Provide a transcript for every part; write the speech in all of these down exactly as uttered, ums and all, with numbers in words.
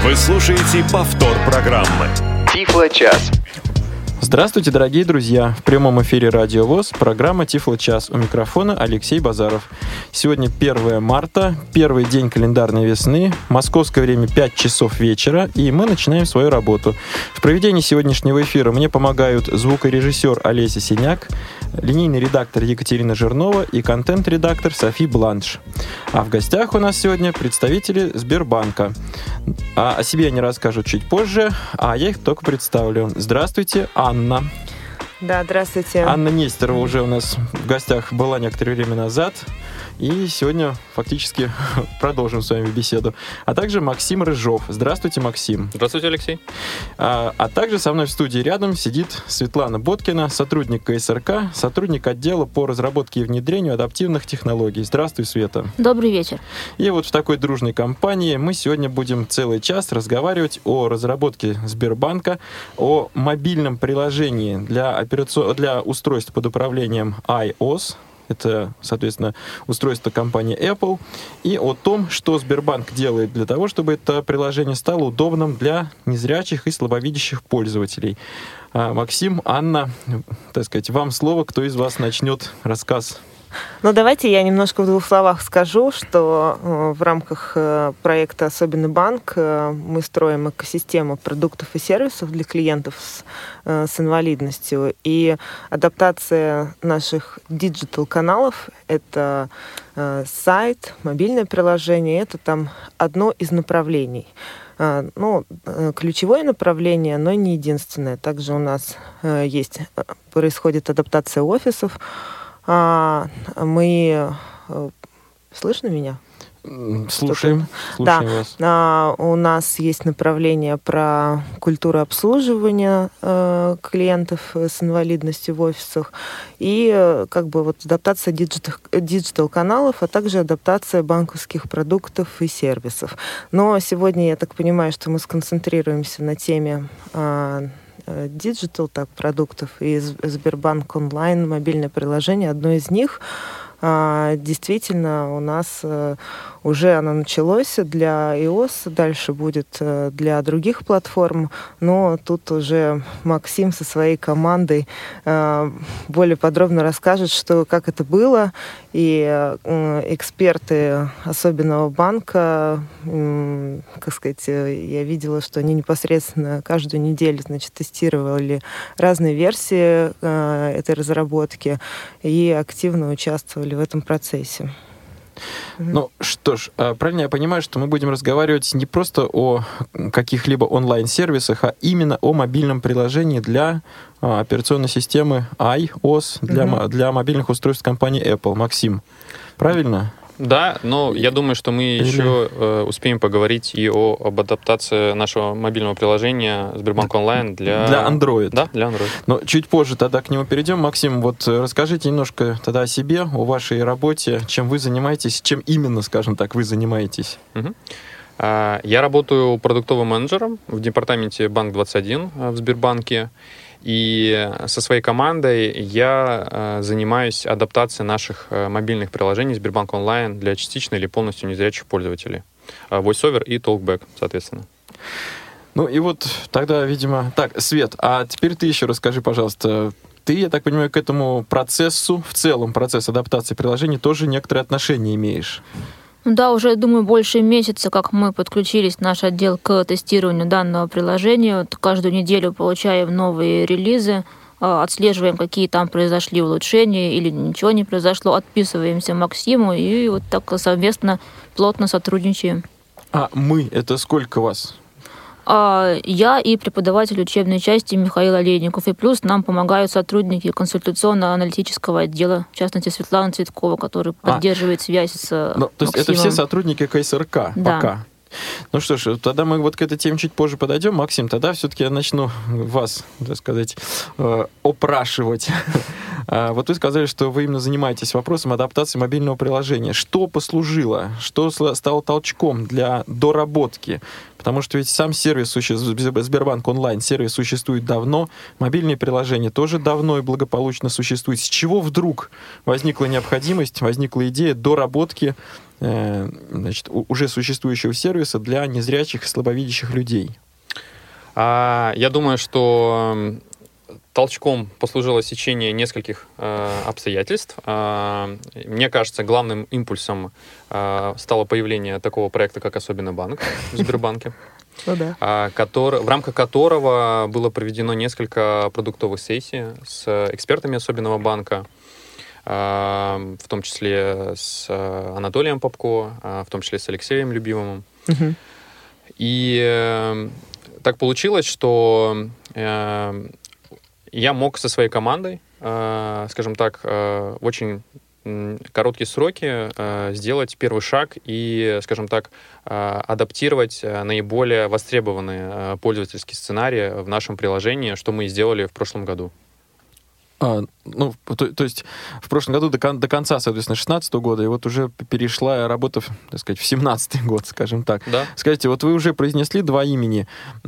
Вы слушаете повтор программы «Тифло-час». Здравствуйте, дорогие друзья! В прямом эфире Радио ВОС, программа «Тифло-час». У микрофона Алексей Базаров. Сегодня первое марта, первый день календарной весны, московское время пять часов вечера, и мы начинаем свою работу. В проведении сегодняшнего эфира мне помогают звукорежиссер Олеся Синяк, линейный редактор Екатерина Жирнова и контент-редактор Софи Бланш. А в гостях у нас сегодня представители Сбербанка. А о себе они расскажут чуть позже, а я их только представлю. Здравствуйте, Анна. Да, здравствуйте. Анна Нестерова уже у нас в гостях была некоторое время назад. И сегодня фактически продолжим с вами беседу. А также Максим Рыжов. Здравствуйте, Максим. Здравствуйте, Алексей. А, а также со мной в студии рядом сидит Светлана Боткина, сотрудник ка эс эр ка, сотрудник отдела по разработке и внедрению адаптивных технологий. Здравствуй, Света. Добрый вечер. И вот в такой дружной компании мы сегодня будем целый час разговаривать о разработке Сбербанка, о мобильном приложении для, операцион... для устройств под управлением iOS. Это, соответственно, устройство компании Apple. И о том, что Сбербанк делает для того, чтобы это приложение стало удобным для незрячих и слабовидящих пользователей. А, Максим, Анна, так сказать, вам слово. Кто из вас начнет рассказ? Ну, давайте я немножко в двух словах скажу, что э, в рамках э, проекта «Особенный банк» э, мы строим экосистему продуктов и сервисов для клиентов с, э, с инвалидностью. И адаптация наших диджитал-каналов — это э, сайт, мобильное приложение, это там одно из направлений. Uh, ну, ключевое направление, но не единственное. Также у нас uh, есть, происходит адаптация офисов. Uh, мы... Uh, слышно меня? Слушаем. Да, вас. Uh, у нас есть направление про культуру обслуживания uh, клиентов с инвалидностью в офисах и uh, как бы вот адаптация диджитал-каналов, а также адаптация банковских продуктов и сервисов. Но сегодня, я так понимаю, что мы сконцентрируемся на теме uh, диджитал так, продуктов, и Сбербанк онлайн, мобильное приложение, одно из них. Действительно, у нас уже оно началось для iOS, дальше будет для других платформ, но тут уже Максим со своей командой более подробно расскажет, что, как это было, и эксперты особенного банка, как сказать, я видела, что они непосредственно каждую неделю, значит, тестировали разные версии этой разработки и активно участвовали в этом процессе. Ну что ж, правильно я понимаю, что мы будем разговаривать не просто о каких-либо онлайн-сервисах, а именно о мобильном приложении для а, операционной системы iOS, для, mm-hmm. для мобильных устройств компании Apple. Максим, правильно? Да, но я думаю, что мы Или... еще э, успеем поговорить и о, об адаптации нашего мобильного приложения Сбербанк онлайн для... Для Android. Да, для Android. Но чуть позже тогда к нему перейдем. Максим, вот расскажите немножко тогда о себе, о вашей работе, чем вы занимаетесь, чем именно, скажем так, вы занимаетесь. Угу. А, я работаю продуктовым менеджером в департаменте Банк двадцать один в Сбербанке. И со своей командой я э, занимаюсь адаптацией наших э, мобильных приложений Сбербанк онлайн для частично или полностью незрячих пользователей. Э, VoiceOver и Talkback, соответственно. Ну и вот тогда, видимо... Так, Свет, а теперь ты еще расскажи, пожалуйста. Ты, я так понимаю, к этому процессу, в целом процесс адаптации приложений тоже некоторые отношения имеешь. Да, уже, думаю, больше месяца, как мы подключились, наш отдел, к тестированию данного приложения. Вот каждую неделю получаем новые релизы, отслеживаем, какие там произошли улучшения или ничего не произошло, отписываемся Максиму и вот так совместно плотно сотрудничаем. А мы, это сколько вас? Я и преподаватель учебной части Михаил Олейников. И плюс нам помогают сотрудники консультационно-аналитического отдела, в частности, Светлана Цветкова, которая а, поддерживает связь с ну, то есть это все сотрудники ка эс эр ка да. пока? Ну что ж, тогда мы вот к этой теме чуть позже подойдем. Максим, тогда все-таки я начну вас, так сказать, опрашивать. Вот вы сказали, что вы именно занимаетесь вопросом адаптации мобильного приложения. Что послужило, что стало толчком для доработки? Потому что ведь сам сервис, Сбербанк онлайн, сервис существует давно, мобильные приложения тоже давно и благополучно существуют. С чего вдруг возникла необходимость, возникла идея доработки значит, уже существующего сервиса для незрячих и слабовидящих людей? Я думаю, что толчком послужило сечение нескольких э, обстоятельств. Э, мне кажется, главным импульсом э, стало появление такого проекта, как «Особенный банк» в Сбербанке, ну, да. э, который, в рамках которого было проведено несколько продуктовых сессий с экспертами «Особенного банка», э, в том числе с Анатолием Попко, э, в том числе с Алексеем Любимовым. Угу. И э, так получилось, что э, я мог со своей командой, э, скажем так, э, в очень э, короткие сроки э, сделать первый шаг и, скажем так, э, адаптировать наиболее востребованные э, пользовательские сценарии в нашем приложении, что мы и сделали в прошлом году. А, ну, то, то есть в прошлом году до, кон, до конца, соответственно, шестнадцатого года, и вот уже перешла работа, так сказать, в семнадцатый год, скажем так. Да. Скажите, вот вы уже произнесли два имени.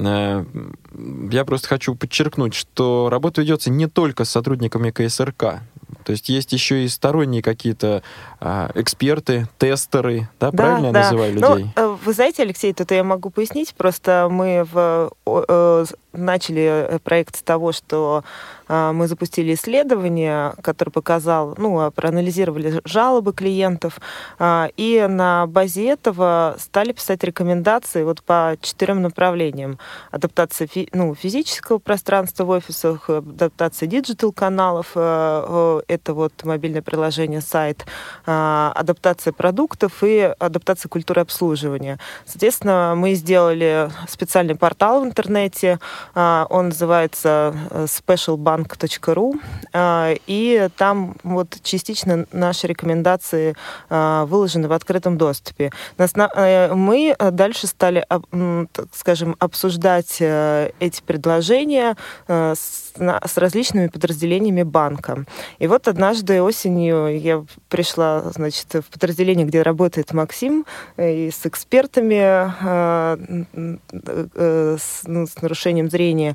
Я просто хочу подчеркнуть, что работа ведется не только с сотрудниками ка эс эр ка. То есть есть еще и сторонние какие-то а, эксперты, тестеры, да, да, правильно да. я называю людей? Ну, вы знаете, Алексей, тут я могу пояснить, просто мы в, э, начали проект с того, что э, мы запустили исследование, которое показало, ну, проанализировали жалобы клиентов, э, и на базе этого стали писать рекомендации вот по четырем направлениям. Адаптация фи, ну, физического пространства в офисах, адаптация диджитал-каналов, э, э, это вот мобильное приложение, сайт, адаптация продуктов и адаптация культуры обслуживания. Соответственно, мы сделали специальный портал в интернете, он называется спешл банк точка ру, и там вот частично наши рекомендации выложены в открытом доступе. Мы дальше стали, так скажем, обсуждать эти предложения с, с различными подразделениями банка. И вот однажды осенью я пришла, значит, в подразделение, где работает Максим, и с экспертами э, э, с, ну, с нарушением зрения,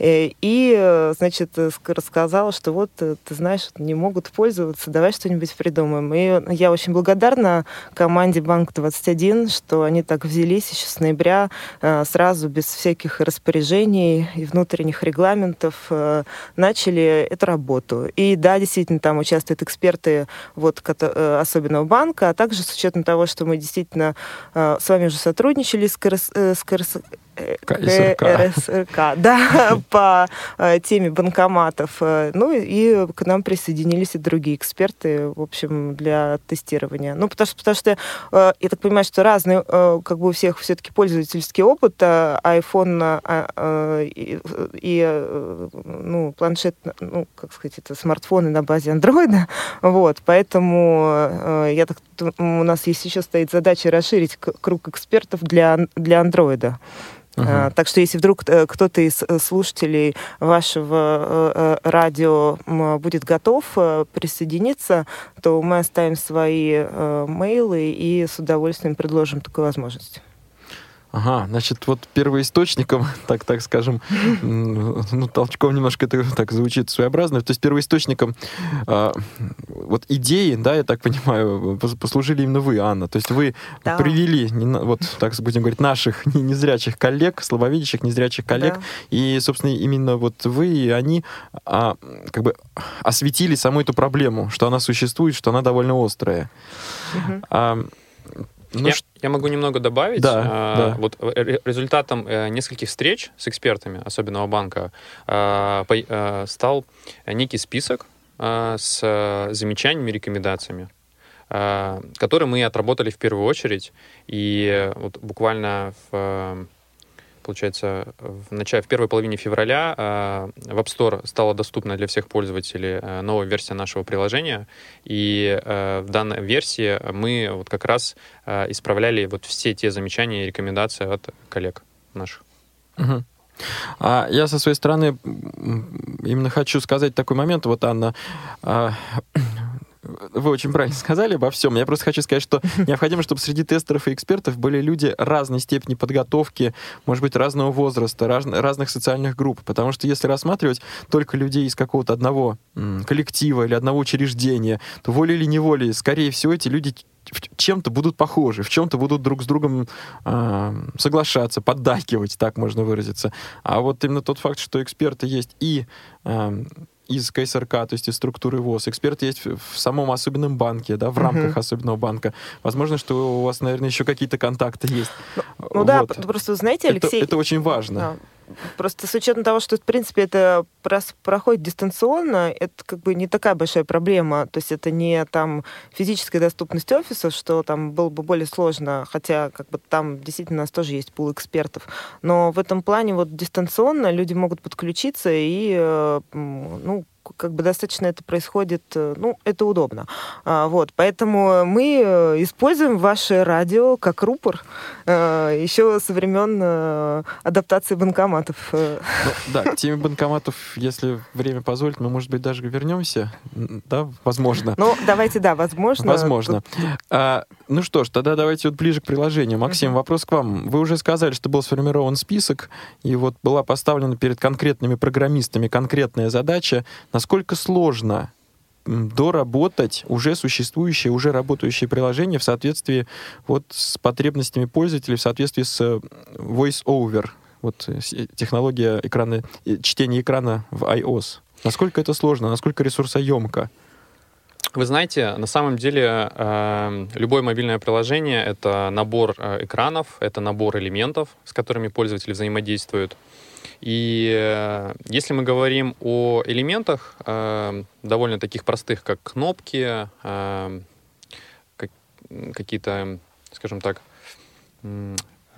и, значит, рассказала, что вот, ты знаешь, не могут пользоваться, давай что-нибудь придумаем. И я очень благодарна команде Банк двадцать один, что они так взялись еще с ноября, э, сразу без всяких распоряжений и внутренних регламентов э, начали эту работу. И да, действительно, там участвуют эксперты вот, особенного банка, а также с учетом того, что мы действительно э, с вами уже сотрудничали с КРС, э, с КРС, э, ка эс эр ка, да, по э, теме банкоматов. Ну и к нам присоединились и другие эксперты, в общем, для тестирования. Ну, потому что, потому что э, я так понимаю, что разный, э, как бы у всех все-таки пользовательский опыт, э, iPhone э, э, и, и э, ну, планшет, ну, как сказать, это смартфоны на базе андроида. Вот, поэтому э, я так, у нас есть еще стоит задача расширить круг экспертов для, для андроида. Uh-huh. А, так что если вдруг кто-то из слушателей вашего э, радио будет готов э, присоединиться, то мы оставим свои э, мейлы и с удовольствием предложим такую возможность. Ага, значит, вот первоисточником, так, так скажем, ну, толчком немножко это так звучит своеобразно, то есть первоисточником э, вот идеи, да, я так понимаю, послужили именно вы, Анна. То есть вы да. привели, вот так будем говорить, наших незрячих коллег, слабовидящих незрячих коллег, да. и, собственно, именно вот вы и они а, как бы осветили саму эту проблему, что она существует, что она довольно острая. Угу. А, Ну, я, я могу немного добавить. Да, а, да. Вот результатом нескольких встреч с экспертами особенного банка а, по, а, стал некий список а, с замечаниями, рекомендациями, а, которые мы отработали в первую очередь. И вот буквально в... Получается, в, начале, в первой половине февраля э, в App Store стала доступна для всех пользователей э, новая версия нашего приложения. И э, в данной версии мы вот как раз э, исправляли вот все те замечания и рекомендации от коллег наших. Угу. А я со своей стороны именно хочу сказать такой момент. Вот, Анна, а, вы очень правильно сказали обо всем. Я просто хочу сказать, что необходимо, чтобы среди тестеров и экспертов были люди разной степени подготовки, может быть, разного возраста, раз, разных социальных групп. Потому что если рассматривать только людей из какого-то одного м, коллектива или одного учреждения, то волей или неволей, скорее всего, эти люди в чем-то будут похожи, в чем-то будут друг с другом э, соглашаться, поддакивать, так можно выразиться. А вот именно тот факт, что эксперты есть и э, из ка эс эр ка, то есть из структуры ВОС, эксперты есть в, в самом особенном банке, да, в uh-huh. рамках особенного банка. Возможно, что у вас, наверное, еще какие-то контакты есть. Ну, ну вот. Да, просто, знаете, Алексей... Это, это очень важно. Да. Просто с учетом того, что, в принципе, это проходит дистанционно, это как бы не такая большая проблема. То есть это не там физическая доступность офиса, что там было бы более сложно, хотя как бы там действительно у нас тоже есть пул экспертов. Но в этом плане вот дистанционно люди могут подключиться и, ну, как бы достаточно это происходит, ну, это удобно. А, вот, поэтому мы используем ваше радио как рупор а, еще со времен а, адаптации банкоматов. Ну, да, к теме банкоматов, если время позволит, мы, может быть, даже вернемся, да, возможно. Ну, давайте, да, возможно. Возможно. Тут... А, ну что ж, тогда давайте вот ближе к приложению. Максим, uh-huh. вопрос к вам. Вы уже сказали, что был сформирован список, и вот была поставлена перед конкретными программистами конкретная задача. Насколько сложно доработать уже существующее, уже работающее приложение в соответствии вот с потребностями пользователей, в соответствии с voice-over, вот технология экрана, чтения экрана в iOS. Насколько это сложно, насколько ресурсоемко? Вы знаете, на самом деле э, любое мобильное приложение — это набор э, экранов, это набор элементов, с которыми пользователи взаимодействуют. И э, если мы говорим о элементах, э, довольно таких простых, как кнопки, э, как, какие-то, скажем так, э,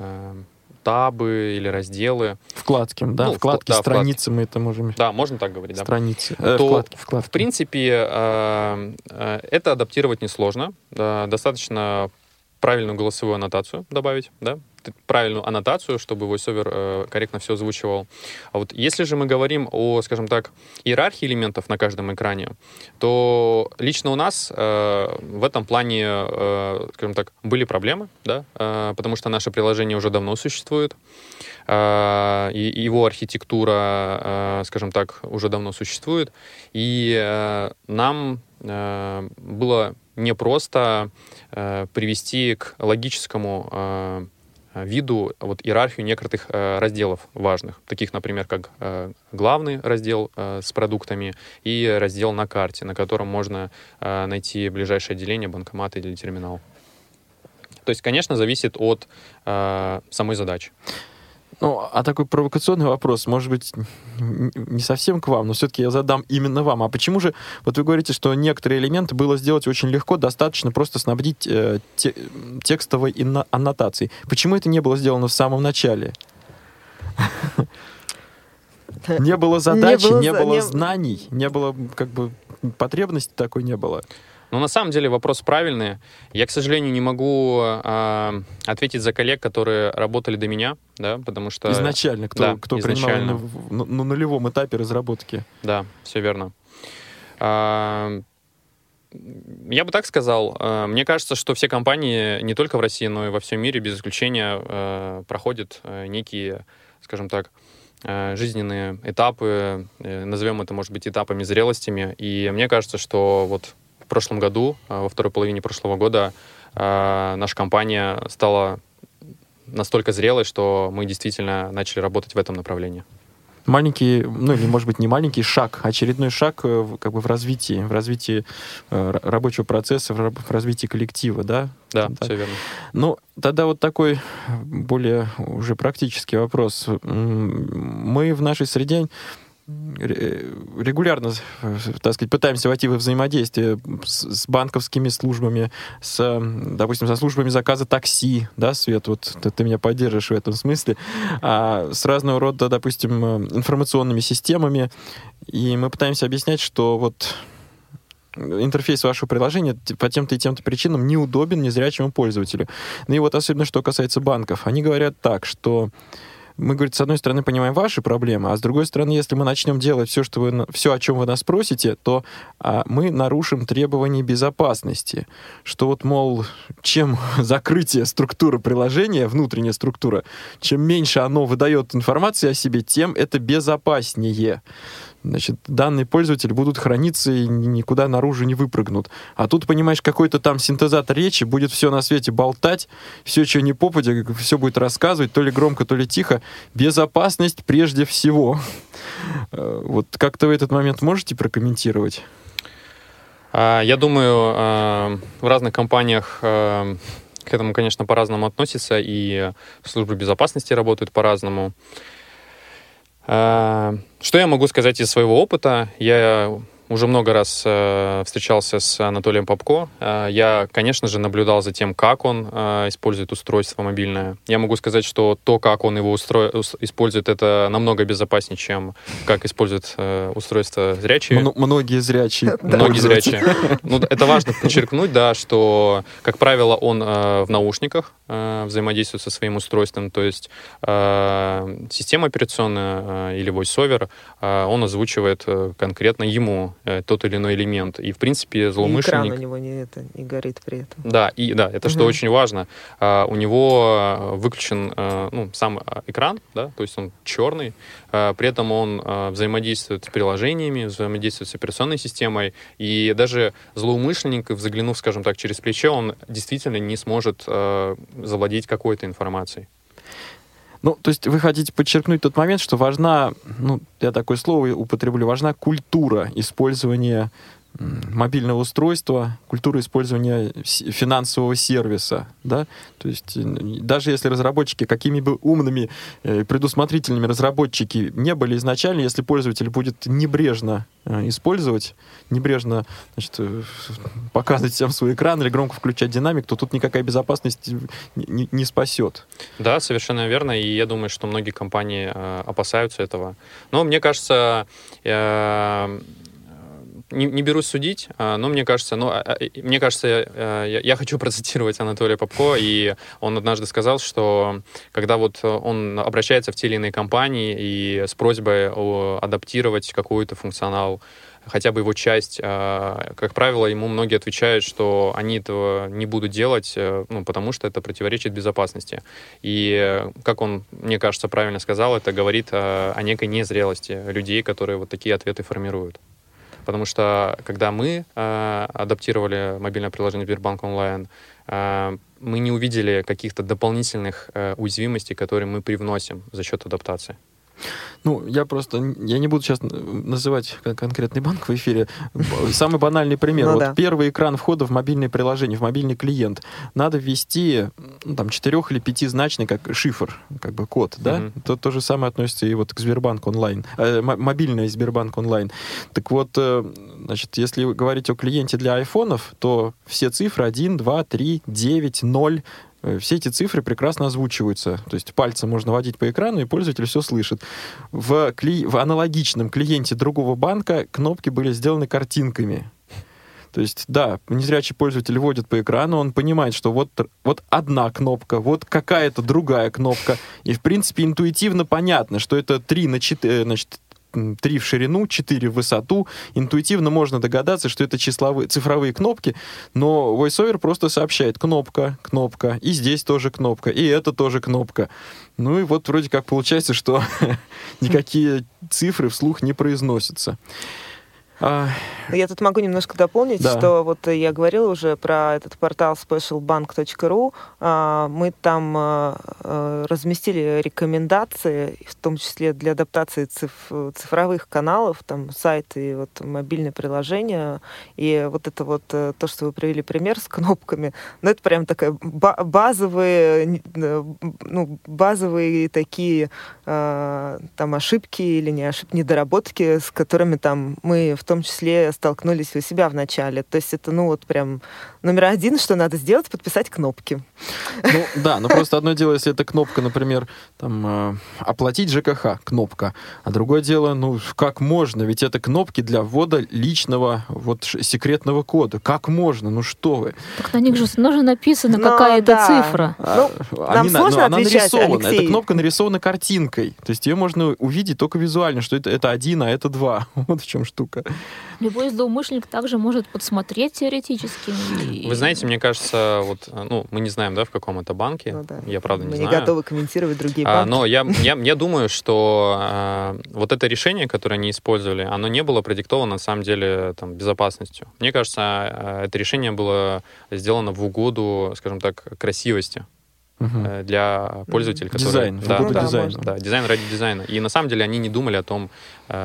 табы или разделы. Вкладки, да, ну, вкладки, да, страницы вкладки. Мы это можем... Да, можно так говорить, да. Страницы, э, то, вкладки, вкладки. В принципе, э, э, это адаптировать несложно. Да, достаточно правильную голосовую аннотацию добавить, да, правильную аннотацию, чтобы VoiceOver э, корректно все озвучивал. А вот если же мы говорим о, скажем так, иерархии элементов на каждом экране, то лично у нас э, в этом плане, э, скажем так, были проблемы, да, э, потому что наше приложение уже давно существует, э, и его архитектура, э, скажем так, уже давно существует, и э, нам э, было непросто э, привести к логическому э, виду вот иерархию некоторых э, разделов важных, таких, например, как э, главный раздел э, с продуктами и раздел на карте, на котором можно э, найти ближайшее отделение, банкомат или терминал. То есть, конечно, зависит от э, самой задачи. Ну, а такой провокационный вопрос, может быть, не совсем к вам, но все-таки я задам именно вам. А почему же, вот вы говорите, что некоторые элементы было сделать очень легко, достаточно просто снабдить э, те, текстовой инно- аннотацией. Почему это не было сделано в самом начале? Не было задачи, не было знаний, не было, как бы, потребности такой не было. Ну, на самом деле вопрос правильный. Я, к сожалению, не могу э, ответить за коллег, которые работали до меня, да, потому что... Изначально, кто, да, кто изначально. принимал на, на нулевом этапе разработки. Да, все верно. А, я бы так сказал. Мне кажется, что все компании, не только в России, но и во всем мире, без исключения, проходят некие, скажем так, жизненные этапы, назовем это, может быть, этапами, зрелостями. И мне кажется, что вот в прошлом году, во второй половине прошлого года, наша компания стала настолько зрелой, что мы действительно начали работать в этом направлении. Маленький, ну или, может быть, не маленький шаг, очередной шаг как бы в развитии, в развитии рабочего процесса, в развитии коллектива, да? Да, да. Все верно. Ну, тогда вот такой более уже практический вопрос. Мы в нашей среде регулярно, так сказать, пытаемся войти во взаимодействие с, с банковскими службами, с, допустим, со службами заказа такси, да, Свет, вот ты, ты меня поддержишь в этом смысле, а, с разного рода, допустим, информационными системами, и мы пытаемся объяснять, что вот интерфейс вашего приложения по тем-то и тем-то причинам неудобен незрячему пользователю. Ну и вот особенно, что касается банков. Они говорят так, что мы, говорит, с одной стороны понимаем ваши проблемы, а с другой стороны, если мы начнем делать все, что вы, все, о чем вы нас просите, то а, мы нарушим требования безопасности. Что вот, мол, чем закрытие структуры приложения, внутренняя структура, чем меньше оно выдает информации о себе, тем это безопаснее. Значит, данные пользователя будут храниться и никуда наружу не выпрыгнут. А тут, понимаешь, какой-то там синтезатор речи будет все на свете болтать, все, что не попадя, все будет рассказывать, то ли громко, то ли тихо. Безопасность прежде всего. Вот как-то вы этот момент можете прокомментировать? Я думаю, в разных компаниях к этому, конечно, по-разному относятся, и службы безопасности работают по-разному. Что я могу сказать из своего опыта? Я уже много раз э, встречался с Анатолием Попко. Э, я, конечно же, наблюдал за тем, как он э, использует устройство мобильное. Я могу сказать, что то, как он его устро... использует, это намного безопаснее, чем как используют э, устройства зрячие. М- многие зрячие. Многие зрячие. Ну, это важно подчеркнуть, да, что, как правило, он э, в наушниках э, взаимодействует со своим устройством, то есть э, система операционная э, или voice-over, э, он озвучивает э, конкретно ему тот или иной элемент. И, в принципе, злоумышленник... И экран у него не, это, не горит при этом. Да, и, да это угу. что очень важно. А, у него выключен а, ну, сам экран, да, то есть он черный, а, при этом он а, взаимодействует с приложениями, взаимодействует с операционной системой, и даже злоумышленник, заглянув, скажем так, через плечо, он действительно не сможет а, завладеть какой-то информацией. Ну, то есть вы хотите подчеркнуть тот момент, что важна, ну, я такое слово употреблю, важна культура использования мобильного устройства, культура использования финансового сервиса, да, то есть даже если разработчики, какими бы умными, предусмотрительными разработчики не были изначально, если пользователь будет небрежно использовать, небрежно, значит, показывать всем свой экран или громко включать динамик, то тут никакая безопасность не, не спасет. Да, совершенно верно, и я думаю, что многие компании э, опасаются этого. Но мне кажется, э, Не, не берусь судить, но мне кажется, ну, мне кажется, я, я хочу процитировать Анатолия Попко, и он однажды сказал, что когда вот он обращается в те или иные компании и с просьбой адаптировать какой-то функционал, хотя бы его часть, как правило, ему многие отвечают, что они этого не будут делать, ну, потому что это противоречит безопасности. И, как он, мне кажется, правильно сказал, это говорит о, о некой незрелости людей, которые вот такие ответы формируют. Потому что, когда мы э, адаптировали мобильное приложение Сбербанк онлайн, э, мы не увидели каких-то дополнительных э, уязвимостей, которые мы привносим за счет адаптации. Ну, я просто, я не буду сейчас называть конкретный банк в эфире. Самый банальный пример. Ну, вот да. Первый экран входа в мобильное приложение, в мобильный клиент. Надо ввести, ну, там, четырех- или пятизначный как шифр, как бы код, да? Mm-hmm. То, то же самое относится и вот к Сбербанк онлайн. Э, мобильное Сбербанк онлайн. Так вот, э, значит, если говорить о клиенте для айфонов, то все цифры один, два, три, девять, ноль, все эти цифры прекрасно озвучиваются. То есть пальцем можно водить по экрану, и пользователь все слышит. В, кли... в аналогичном клиенте другого банка кнопки были сделаны картинками. То есть, да, незрячий пользователь водит по экрану, он понимает, что вот, вот одна кнопка, вот какая-то другая кнопка. И, в принципе, интуитивно понятно, что это три на четыре, значит, три в ширину, четыре в высоту. Интуитивно можно догадаться, что это числовые, цифровые кнопки, но VoiceOver просто сообщает: кнопка, кнопка, и здесь тоже кнопка, и это тоже кнопка. Ну и вот вроде как получается, что никакие цифры вслух не произносятся. Я тут могу немножко дополнить, да. что вот я говорила уже про этот портал спешл банк точка ру. Мы там разместили рекомендации, в том числе для адаптации циф- цифровых каналов, там сайт и вот мобильное приложение. И вот это вот то, что вы привели пример с кнопками, ну это прям такая базовые, ну, базовые такие там ошибки или не ошибки, недоработки, с которыми там мы в том том числе столкнулись у себя в начале. То есть это, ну, вот прям номер один, что надо сделать, подписать кнопки. Ну, да, но просто одно дело, если это кнопка, например, там, э, оплатить ЖКХ, кнопка, а другое дело, ну, как можно, ведь это кнопки для ввода личного, вот, секретного кода. Как можно? Ну, что вы? Так на них же тоже написана Но, какая-то да. цифра. Ну, А, нам они, сложно ну, она отвечать, нарисована, Алексей. эта кнопка нарисована картинкой, то есть ее можно увидеть только визуально, что это, это один, а это два. Вот в чем штука. Любой злоумышленник также может подсмотреть теоретически. Вы знаете, мне кажется, вот, ну, мы не знаем, да, в каком это банке. Ну, да. Я, правда, не Мы знаю. не готовы комментировать другие А, банки. но я, я, я думаю, что а, вот это решение, которое они использовали, оно не было продиктовано, на самом деле, там, безопасностью. Мне кажется, а, это решение было сделано в угоду, скажем так, красивости. Угу. Для пользователей, которые... Дизайн, да, в угоду да, дизайна. да, дизайн ради дизайна. И на самом деле они не думали о том,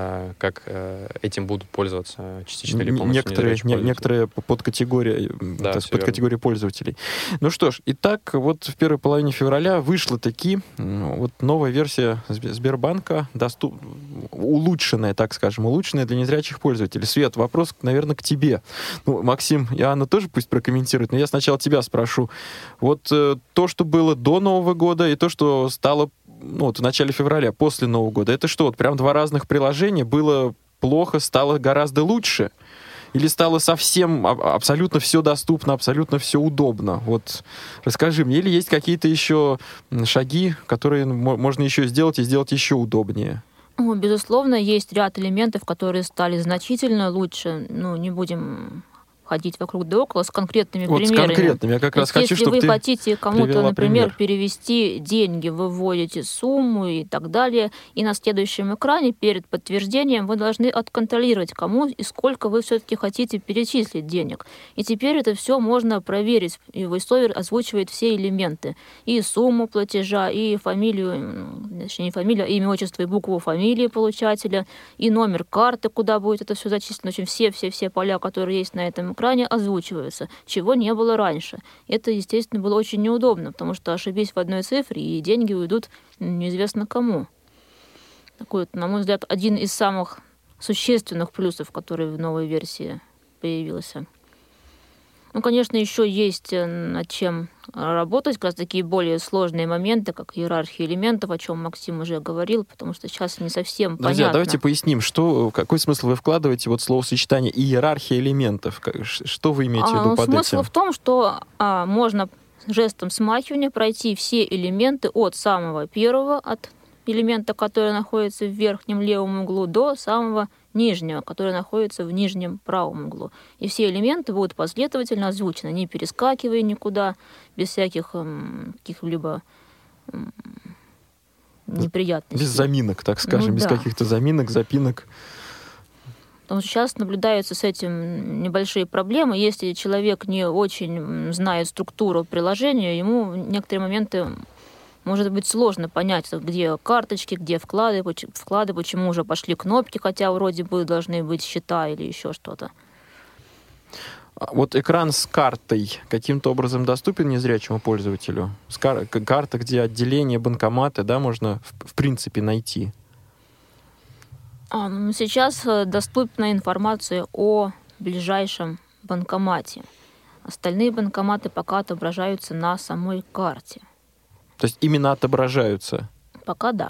как этим будут пользоваться частично или полностью некоторые, незрячие не, пользователи. некоторые подкатегории, Да, так, всё подкатегории пользователей. Ну что ж, итак, вот в первой половине февраля вышла таки вот новая версия Сбербанка, доступ... улучшенная, так скажем, улучшенная для незрячих пользователей. Свет, вопрос, наверное, к тебе. Ну, Максим и Анна тоже пусть прокомментируют, но я сначала тебя спрошу. Вот э, то, что было до Нового года, и то, что стало ну, вот в начале февраля, после Нового года, это что, вот прям два разных приложения? Было плохо, стало гораздо лучше? Или стало совсем абсолютно все доступно, абсолютно все удобно? Вот расскажи мне, или есть какие-то еще шаги, которые можно еще сделать и сделать еще удобнее? Ну, безусловно, есть ряд элементов, которые стали значительно лучше. Ну, не будем ходить вокруг да около с конкретными вот примерами. Вот с конкретными. Я как То раз есть, хочу, если чтобы вы ты хотите кому-то, например, пример. перевести деньги, вы вводите сумму и так далее, и на следующем экране перед подтверждением вы должны отконтролировать, кому и сколько вы все-таки хотите перечислить денег. И теперь это все можно проверить. И VoiceOver озвучивает все элементы. И сумму платежа, и фамилию, точнее, не фамилию, а имя, отчество и букву фамилии получателя, и номер карты, куда будет это все зачислено. В общем, все-все-все поля, которые есть на этом экране, озвучиваются, чего не было раньше. Это, естественно, было очень неудобно, потому что ошибись в одной цифре, и деньги уйдут неизвестно кому. Такой, вот, на мой взгляд, один из самых существенных плюсов, который в новой версии появился. Ну, конечно, еще есть над чем работать, как раз такие более сложные моменты, как иерархия элементов, о чем Максим уже говорил, потому что сейчас не совсем Друзья, понятно. давайте поясним, что, какой смысл вы вкладываете вот словосочетание иерархия элементов? Что вы имеете в виду а, под смысл этим? в том, что а, можно жестом смахивания пройти все элементы от самого первого, от элемента, который находится в верхнем левом углу, до самого нижнего, который находится в нижнем правом углу. И все элементы будут последовательно озвучены, не перескакивая никуда, без всяких эм, каких-либо эм, неприятностей. Без заминок, так скажем, Ну, без да. каких-то заминок, запинок. Потому что сейчас наблюдаются с этим небольшие проблемы. Если человек не очень знает структуру приложения, ему в некоторые моменты может быть сложно понять, где карточки, где вклады, вклады, почему уже пошли кнопки, хотя вроде бы должны быть счета или еще что-то. Вот экран с картой каким-то образом доступен незрячему пользователю? С кар- карта, где отделение, банкоматы, да, можно в, в принципе найти? А, ну, сейчас доступна информация о ближайшем банкомате. Остальные банкоматы пока отображаются на самой карте. То есть именно отображаются? Пока да.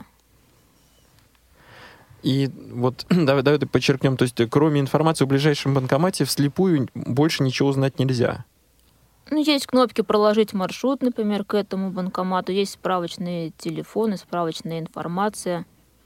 И вот давай, давай подчеркнем, то есть кроме информации о ближайшем банкомате вслепую больше ничего узнать нельзя? Ну, есть кнопки «Проложить маршрут», например, к этому банкомату. Есть справочные телефоны, справочная информация.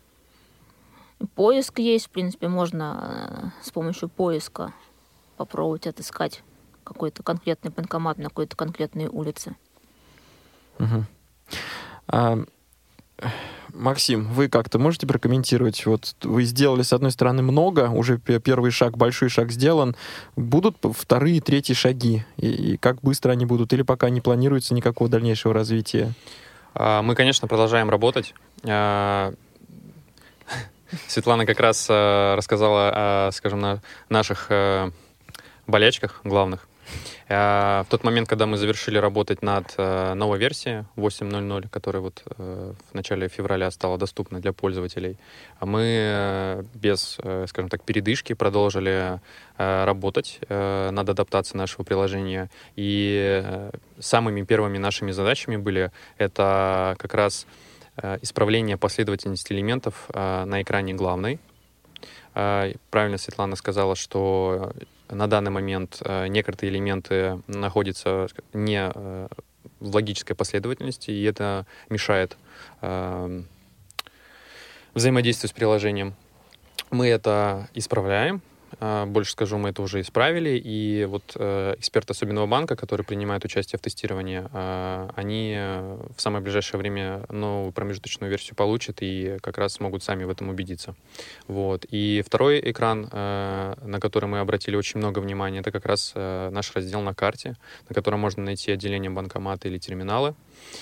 Поиск есть, в принципе, можно с помощью поиска попробовать отыскать какой-то конкретный банкомат на какой-то конкретной улице. Угу. А, Максим, вы как-то можете прокомментировать? Вот вы сделали, с одной стороны, много, уже первый шаг, большой шаг сделан. Будут вторые, третьи шаги? И, и как быстро они будут? Или пока не планируется никакого дальнейшего развития? Мы, конечно, продолжаем работать. Светлана как раз рассказала о, скажем, наших болячках главных. В тот момент, когда мы завершили работать над новой версией восемь точка ноль ноль, которая вот в начале февраля стала доступна для пользователей, мы без, скажем так, передышки продолжили работать над адаптацией нашего приложения. И самыми первыми нашими задачами были это как раз исправление последовательности элементов на экране главной. Правильно Светлана сказала, что на данный момент некоторые элементы находятся не в логической последовательности, и это мешает взаимодействию с приложением. Мы это исправляем. Больше скажу, мы это уже исправили, и вот э, эксперты особенного банка, которые принимают участие в тестировании, э, они в самое ближайшее время новую промежуточную версию получат и как раз смогут сами в этом убедиться. Вот. И второй экран, э, на который мы обратили очень много внимания, это как раз э, наш раздел на карте, на котором можно найти отделение банкомата или терминалы.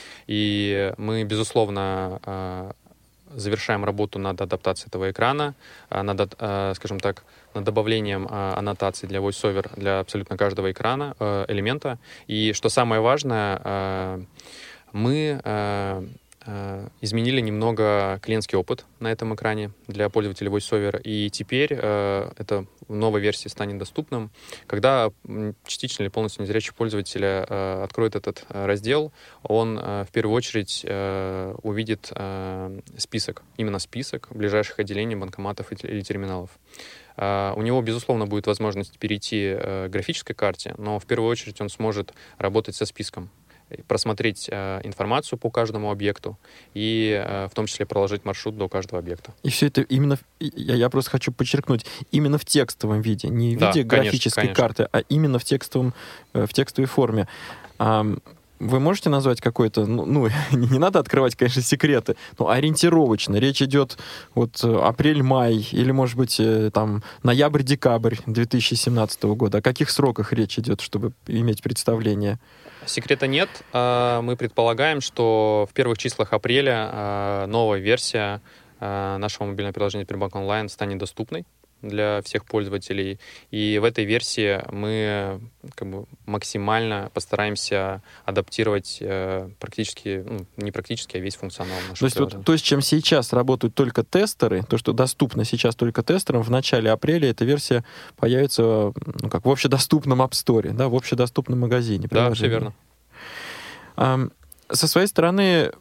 И мы, безусловно, э, завершаем работу над адаптацией этого экрана, над, скажем так, над добавлением аннотаций для VoiceOver для абсолютно каждого экрана, элемента. И что самое важное, мы изменили немного клиентский опыт на этом экране для пользователей VoiceOver, и теперь это в новой версии станет доступным. Когда частично или полностью незрячий пользователь откроет этот раздел, он в первую очередь увидит список, именно список ближайших отделений банкоматов или терминалов. У него, безусловно, будет возможность перейти к графической карте, но в первую очередь он сможет работать со списком, просмотреть э, информацию по каждому объекту и э, в том числе проложить маршрут до каждого объекта. И все это именно, в, я, я просто хочу подчеркнуть, именно в текстовом виде, не в да, виде графической конечно, конечно. карты, а именно в, текстовом, э, в текстовой форме. А, вы можете назвать какой-то, ну, ну, не надо открывать, конечно, секреты, но ориентировочно. Речь идет вот апрель-май или, может быть, там ноябрь-декабрь две тысячи семнадцатого года. О каких сроках речь идет, чтобы иметь представление? Секрета нет. Мы предполагаем, что в первых числах апреля новая версия нашего мобильного приложения Сбербанк онлайн станет доступной для всех пользователей. И в этой версии мы как бы максимально постараемся адаптировать э, практически, ну, не практически, а весь функционал нашего то есть приложения. Вот, то, с чем сейчас работают только тестеры, то, что доступно сейчас только тестерам, в начале апреля эта версия появится ну, как в общедоступном App Store, да, в общедоступном магазине. Да, все верно. А, со своей стороны,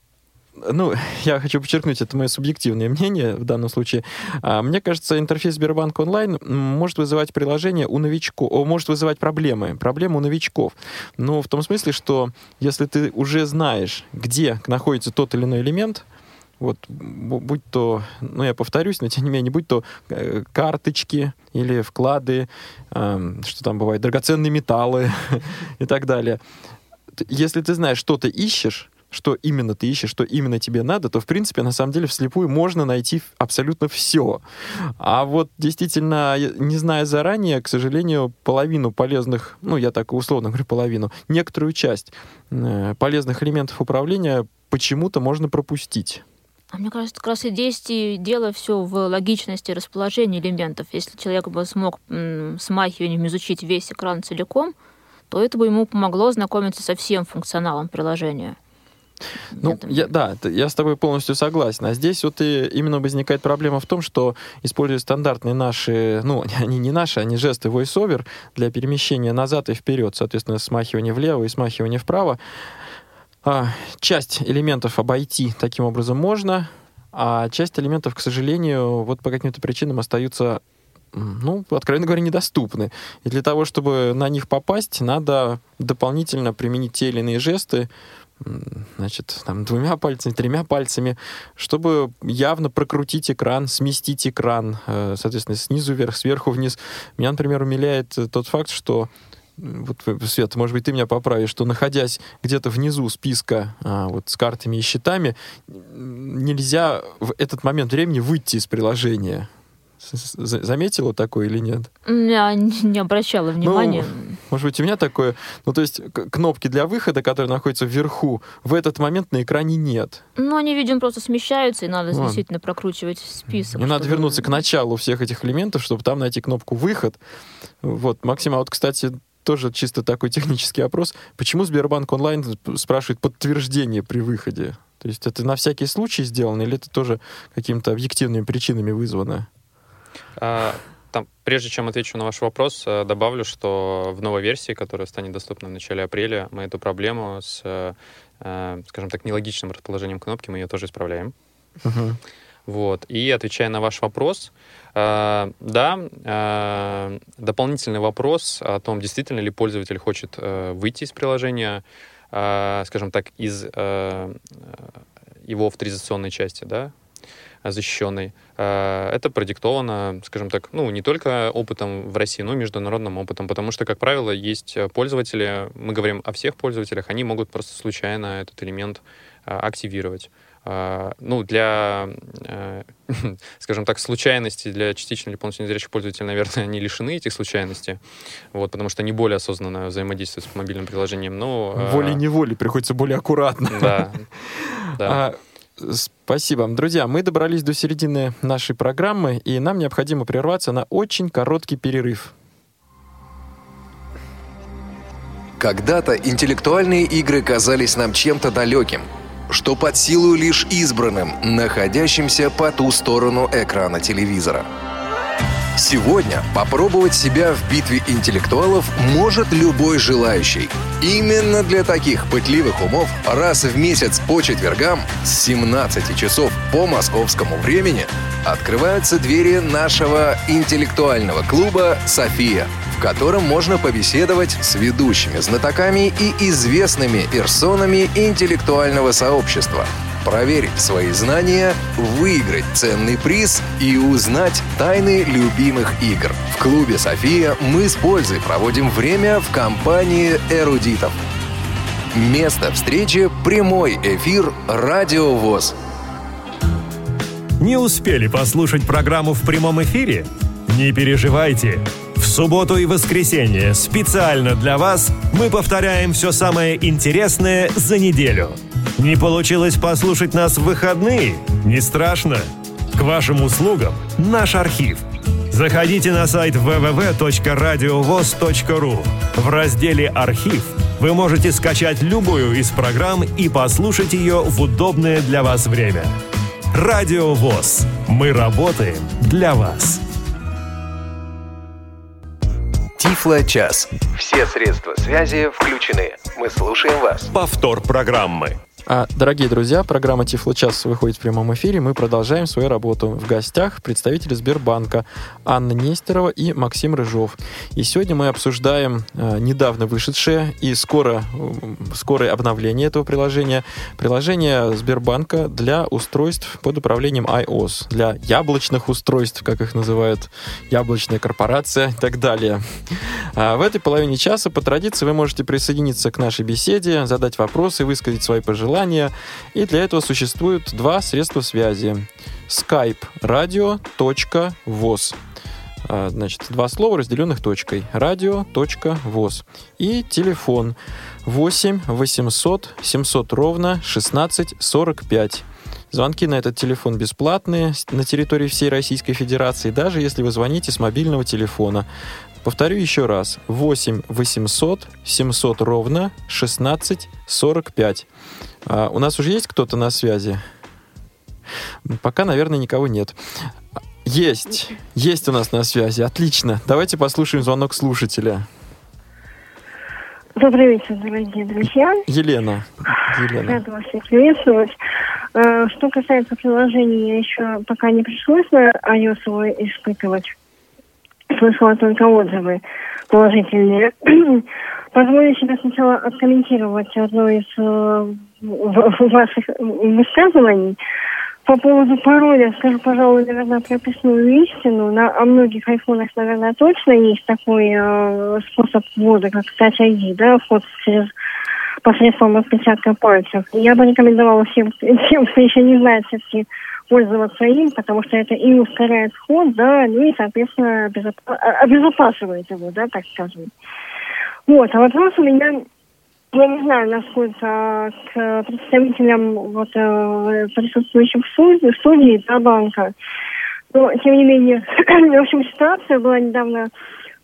ну, я хочу подчеркнуть, это мое субъективное мнение в данном случае. Мне кажется, интерфейс Сбербанк онлайн может вызывать приложение у новичков, может вызывать проблемы, проблемы у новичков. Ну, в том смысле, что если ты уже знаешь, где находится тот или иной элемент, вот, будь то, ну, я повторюсь, но тем не менее, будь то карточки или вклады, что там бывает, драгоценные металлы и так далее. Если ты знаешь, что ты ищешь, что именно ты ищешь, что именно тебе надо, то, в принципе, на самом деле, вслепую можно найти абсолютно все. А вот действительно, не зная заранее, к сожалению, половину полезных, ну, я так условно говорю половину, некоторую часть полезных элементов управления почему-то можно пропустить. А мне кажется, как раз и действие, дело все в логичности расположения элементов. Если человек бы смог м, смахиванием изучить весь экран целиком, то это бы ему помогло ознакомиться со всем функционалом приложения. Ну, я, да, я с тобой полностью согласен. А здесь вот и именно возникает проблема в том, что, используя стандартные наши, ну, они не наши, они жесты VoiceOver для перемещения назад и вперед, соответственно, смахивание влево и смахивание вправо, а, часть элементов обойти таким образом можно, а часть элементов, к сожалению, вот по каким-то причинам остаются, ну, откровенно говоря, недоступны. И для того, чтобы на них попасть, надо дополнительно применить те или иные жесты, значит, там, двумя пальцами, тремя пальцами, чтобы явно прокрутить экран, сместить экран, соответственно, снизу вверх, сверху вниз. Меня, например, умиляет тот факт, что, вот, Свет, может быть, ты меня поправишь, что, находясь где-то внизу списка вот, с картами и счетами, нельзя в этот момент времени выйти из приложения. Заметила такое или нет? Я не обращала внимания. Ну, может быть, у меня такое... Ну, то есть кнопки для выхода, которые находятся вверху, в этот момент на экране нет. Ну, они, видимо, просто смещаются, и надо ну, действительно прокручивать список. И надо вернуться к началу всех этих элементов, чтобы там найти кнопку «Выход». Вот, Максим, а вот, кстати, тоже чисто такой технический вопрос. Почему Сбербанк онлайн спрашивает подтверждение при выходе? То есть это на всякий случай сделано или это тоже какими-то объективными причинами вызвано? А, там, прежде чем отвечу на ваш вопрос, добавлю, что в новой версии, которая станет доступна в начале апреля, мы эту проблему с, скажем так, нелогичным расположением кнопки, мы ее тоже исправляем. Uh-huh. Вот. И отвечая на ваш вопрос, э, да, э, дополнительный вопрос о том, действительно ли пользователь хочет э, выйти из приложения, э, скажем так, из э, его авторизационной части, да, защищенной. Э, это продиктовано, скажем так, ну, не только опытом в России, но и международным опытом, потому что, как правило, есть пользователи, мы говорим о всех пользователях, они могут просто случайно этот элемент э, активировать. Uh, ну, для, uh, скажем так, случайностей, для частично или полностью незрячих пользователей, наверное, они лишены этих случайностей, вот, потому что они более осознанно взаимодействуют с мобильным приложением, но... Uh, волей-неволей приходится более аккуратно. Да, да. Uh, спасибо. Друзья, мы добрались до середины нашей программы, и нам необходимо прерваться на очень короткий перерыв. Когда-то интеллектуальные игры казались нам чем-то далеким, что под силу лишь избранным, находящимся по ту сторону экрана телевизора. Сегодня попробовать себя в битве интеллектуалов может любой желающий. Именно для таких пытливых умов раз в месяц по четвергам с семнадцати часов по московскому времени открываются двери нашего интеллектуального клуба «София», в котором можно побеседовать с ведущими знатоками и известными персонами интеллектуального сообщества, проверить свои знания, выиграть ценный приз и узнать тайны любимых игр. В клубе «София» мы с пользой проводим время в компании эрудитов. Место встречи – прямой эфир «Радио ВОС». Не успели послушать программу в прямом эфире? Не переживайте. В субботу и воскресенье специально для вас мы повторяем все самое интересное за неделю. Не получилось послушать нас в выходные? Не страшно. К вашим услугам наш архив. Заходите на сайт дабл ю дабл ю дабл ю точка радиовос точка ру. В разделе «Архив» вы можете скачать любую из программ и послушать ее в удобное для вас время. Радио ВОС. Мы работаем для вас. Тифло-час. Все средства связи включены. Мы слушаем вас. Повтор программы. А, дорогие друзья, программа «Тифло-час» выходит в прямом эфире. Мы продолжаем свою работу. В гостях представители Сбербанка Анна Нестерова и Максим Рыжов. И сегодня мы обсуждаем э, недавно вышедшее и скоро, э, скорое обновление этого приложения. Приложение Сбербанка для устройств под управлением iOS. Для яблочных устройств, как их называют, яблочная корпорация и так далее. А в этой половине часа по традиции вы можете присоединиться к нашей беседе, задать вопросы, высказать свои пожелания. И для этого существуют два средства связи. Skype radio.voz. Значит, два слова, разделенных точкой. radio.voz. И телефон восемь восемьсот семьсот ровно шестнадцать сорок пять. Звонки на этот телефон бесплатные на территории всей Российской Федерации, даже если вы звоните с мобильного телефона. Повторю еще раз. восемь восемьсот семьсот ровно шестнадцать сорок пять. А, у нас уже есть кто-то на связи? Пока, наверное, никого нет. Есть. Есть у нас на связи. Отлично. Давайте послушаем звонок слушателя. Добрый вечер, дорогие друзья. Елена. Елена. Рада вас всех приветствовать. Что касается приложения, я еще пока не пришлось на iOS его испытывать. Слышала только отзывы положительные. Позволю себе сначала откомментировать одно из э, ваших высказываний. По поводу пароля, скажу, пожалуй, наверное, прописную истину. На о многих айфонах, наверное, точно есть такой э, способ ввода, как Touch ай ди, да, вход через посредством отпечатка пальцев. Я бы рекомендовала всем, тем, кто еще не знает, все-таки пользоваться им, потому что это и ускоряет вход, да, ну и, соответственно, безопа- обезопасивает его, да, так скажем. Вот, а вопрос у меня, я не знаю, насколько к представителям вот, присутствующих в студии, в студии да, банка, но, тем не менее, в общем, ситуация была недавно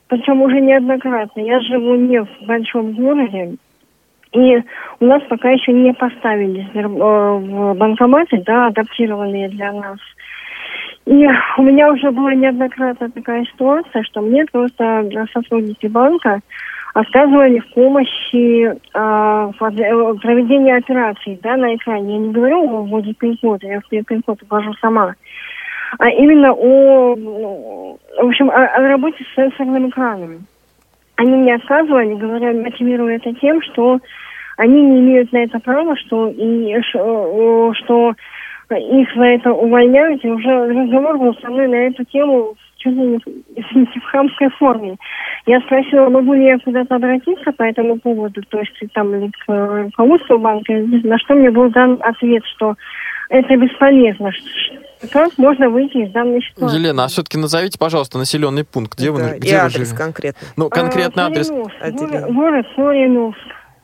причем уже неоднократно. Я живу не в большом городе, и у нас пока еще не поставили в банкоматы, да, адаптированные для нас. И у меня уже была неоднократно такая ситуация, что мне просто сотрудники банка отказывали в помощи э, в проведении операций, да, на экране. Я не говорю о вводе пин-кода, я пин-код ввожу сама. А именно о, в общем, о, о работе с сенсорным экраном. Они мне отказывали, говоря, мотивируя это тем, что они не имеют на это права, что, и, что их за это увольняют, и уже разговор был со мной на эту тему чуть ли не, извините, в хамской форме. Я спросила, могу ли я куда-то обратиться по этому поводу, то есть там или к руководству банка, на что мне был дан ответ, что это бесполезно. Как можно выйти из данной ситуации? Елена, а все-таки назовите, пожалуйста, населенный пункт, где да, вы, где и вы адрес живете? конкретно. Ну, конкретный а, адрес. Город, город Флориновск.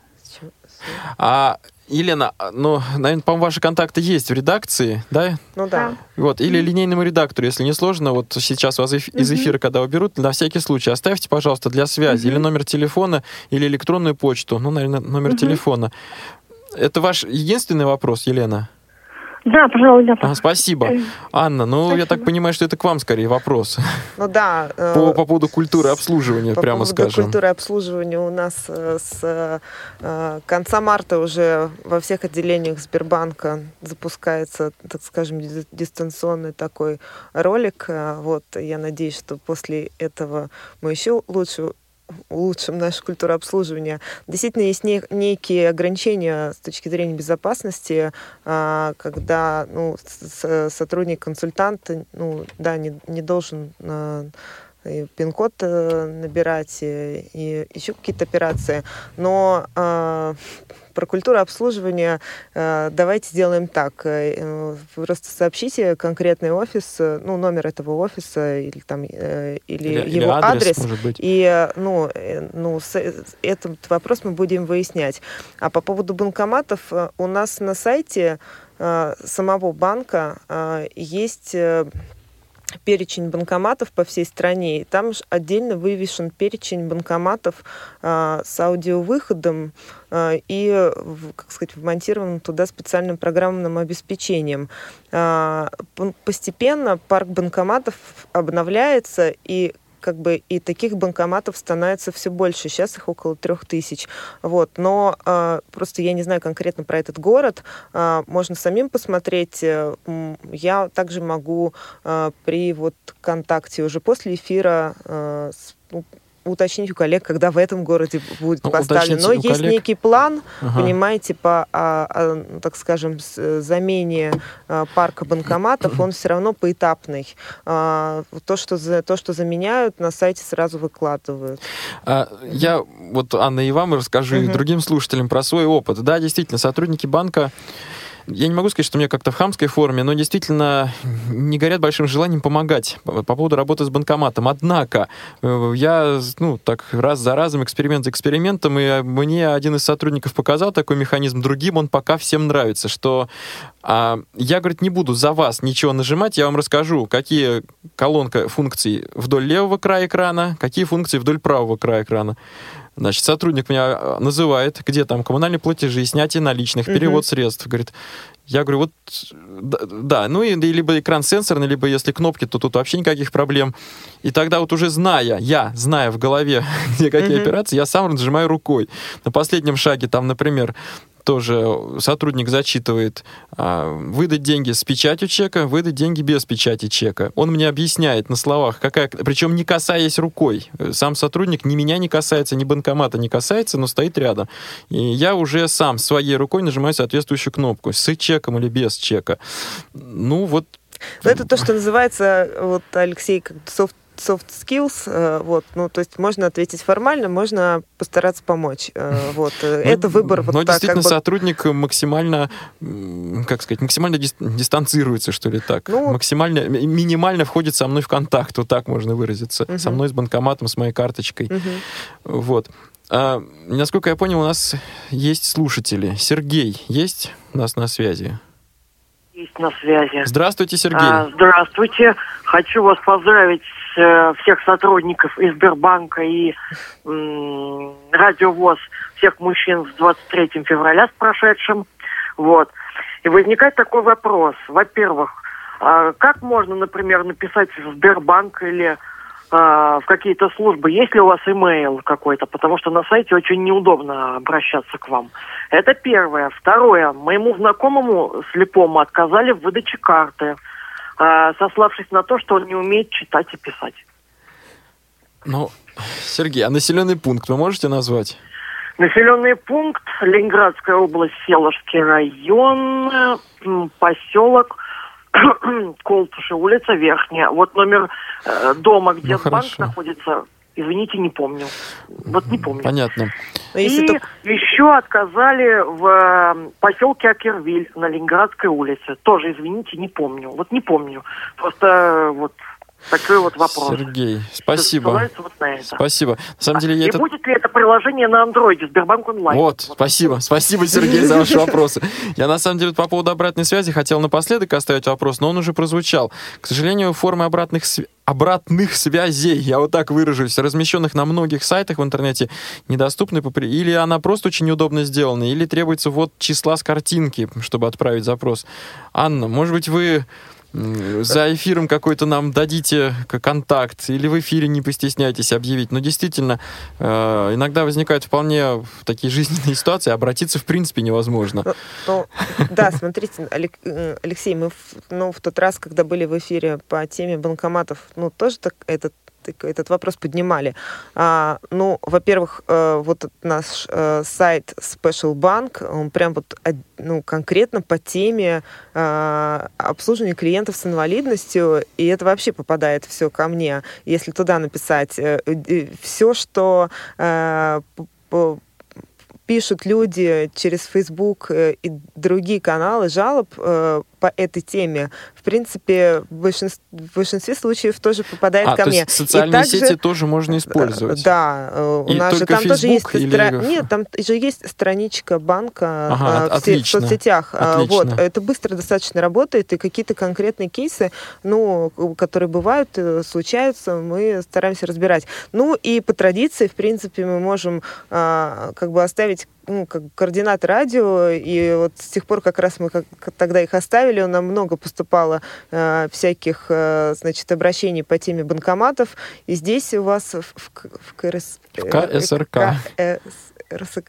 А, Елена, ну, наверное, по-моему, ваши контакты есть в редакции, да? Ну да. Вот, или линейному редактору, если не сложно, вот сейчас вас из эфира, когда уберут, на всякий случай оставьте, пожалуйста, для связи или номер телефона, или электронную почту, ну, наверное, номер телефона. Это ваш единственный вопрос, Елена? Да, пожалуй, да. А, спасибо. Анна, ну, спасибо. Я так понимаю, что это к вам скорее вопрос. Ну да. По, по поводу культуры обслуживания, по прямо скажем. По поводу культуры обслуживания у нас с конца марта уже во всех отделениях Сбербанка запускается, так скажем, дистанционный такой ролик. Вот, я надеюсь, что после этого мы еще лучше улучшим нашу культуру обслуживания. Действительно, есть не, некие ограничения с точки зрения безопасности, а, когда ну, с, сотрудник-консультант ну, да, не, не должен а, и пин-код набирать, и, и еще какие-то операции. Но а, про культуру обслуживания а, давайте сделаем так. Вы просто сообщите конкретный офис, ну, номер этого офиса или, там, или, или его или адрес, адрес. Может быть. И ну, ну, с, этот вопрос мы будем выяснять. А по поводу банкоматов, у нас на сайте а, самого банка а, есть перечень банкоматов по всей стране, и там же отдельно вывешен перечень банкоматов а, с аудиовыходом а, и, как сказать, вмонтированным туда специальным программным обеспечением. А, постепенно парк банкоматов обновляется, и как бы и таких банкоматов становится все больше. Сейчас их около трех тысяч. Вот. Но э, просто я не знаю конкретно про этот город. Э, можно самим посмотреть. Я также могу э, при вот контакте уже после эфира э, с, ну, уточнить у коллег, когда в этом городе будет ну, поставлен. Но есть коллег. некий план, ага. понимаете, по, а, а, так скажем, замене а, парка банкоматов, он все равно поэтапный. А, то, что за, то, что заменяют, на сайте сразу выкладывают. А, я вот, Анна, и вам расскажу, угу. и другим слушателям про свой опыт. Да, действительно, сотрудники банка, я не могу сказать, что мне как-то в хамской форме, но действительно не горят большим желанием помогать по поводу работы с банкоматом. Однако я, ну, так раз за разом, эксперимент за экспериментом, и мне один из сотрудников показал такой механизм, другим он пока всем нравится, что а, я, говорит, не буду за вас ничего нажимать, я вам расскажу, какие колонка функций вдоль левого края экрана, какие функции вдоль правого края экрана. Значит, сотрудник меня называет, где там коммунальные платежи, снятие наличных, перевод uh-huh. средств. Говорит, я говорю, вот, да, да, ну, и, либо экран сенсорный, либо если кнопки, то тут вообще никаких проблем. И тогда вот уже зная, я, зная в голове, где какие uh-huh. операции, я сам нажимаю рукой. На последнем шаге там, например, тоже сотрудник зачитывает, а, выдать деньги с печатью чека, выдать деньги без печати чека. Он мне объясняет на словах, какая, причем не касаясь рукой. Сам сотрудник ни меня не касается, ни банкомата не касается, но стоит рядом. И я уже сам своей рукой нажимаю соответствующую кнопку, с чеком или без чека. Ну вот. Но это то, что называется, вот, Алексей, как soft soft skills, вот, ну, то есть можно ответить формально, можно постараться помочь, вот, это выбор вот но так. Но действительно как бы... сотрудник максимально, как сказать, максимально дистанцируется, что ли, так, ну, максимально, минимально входит со мной в контакт, вот так можно выразиться, угу. со мной, с банкоматом, с моей карточкой, угу. вот. А, насколько я понял, у нас есть слушатели. Сергей есть у нас на связи? Есть на связи. Здравствуйте, Сергей. А, здравствуйте. Хочу вас поздравить э, всех сотрудников и Сбербанка, и э, Радио ВОС, всех мужчин с двадцать третьим февраля, с прошедшим. Вот. И возникает такой вопрос. Во-первых, э, как можно, например, написать в Сбербанк или э, в какие-то службы? Есть ли у вас имейл какой-то? Потому что на сайте очень неудобно обращаться к вам. Это первое. Второе. Моему знакомому слепому отказали в выдаче карты, сославшись на то, что он не умеет читать и писать. Ну, Сергей, а населенный пункт вы можете назвать? Населенный пункт, Ленинградская область, Селожский район, поселок Колтуши, улица Верхняя. Вот номер э, дома, где ну, банк находится, извините, не помню. Вот не помню. Понятно. И только... еще отказали в поселке Акервиль на Ленинградской улице. Тоже, извините, не помню. Вот не помню. Просто вот такой вот вопрос. Сергей, спасибо. Вот на это. Спасибо. На самом деле, я И это... будет ли это приложение на андроиде, Сбербанк онлайн? Вот, вот, спасибо. Спасибо, Сергей, за ваши вопросы. Я, на самом деле, по поводу обратной связи хотел напоследок оставить вопрос, но он уже прозвучал. К сожалению, формы обратных связей обратных связей, я вот так выражусь, размещенных на многих сайтах в интернете, недоступны, или она просто очень неудобно сделана, или требуется ввод числа с картинки, чтобы отправить запрос. Анна, может быть, вы за эфиром какой-то нам дадите контакт, или в эфире не постесняйтесь объявить. Но действительно, э, иногда возникают вполне такие жизненные ситуации, обратиться в принципе невозможно. Ну, ну, да, смотрите, Алексей, мы в, ну, в тот раз, когда были в эфире по теме банкоматов, ну, тоже так, этот этот вопрос поднимали. А, ну, во-первых, э, вот наш э, сайт Special Bank, он прям вот ну, конкретно по теме э, обслуживания клиентов с инвалидностью, и это вообще попадает все ко мне. Если туда написать э, э, все, что э, по, пишут люди через Facebook и другие каналы жалоб э, по этой теме, в принципе, в большинстве, в большинстве случаев тоже попадает а, ко то мне. Есть социальные и также, сети тоже можно использовать? Да. У и нас же там Facebook тоже есть... или... Стра... Нет, там же есть страничка банка ага, э, в, в соцсетях. Отлично. Вот. Это быстро достаточно работает, и какие-то конкретные кейсы, ну, которые бывают, случаются, мы стараемся разбирать. Ну, и по традиции, в принципе, мы можем э, как бы оставить ну, как координаты радио, и вот с тех пор как раз мы как, тогда их оставили, у нас много поступало э, всяких, э, значит, обращений по теме банкоматов, и здесь у вас в, в, в, КРС, в КСРК РСК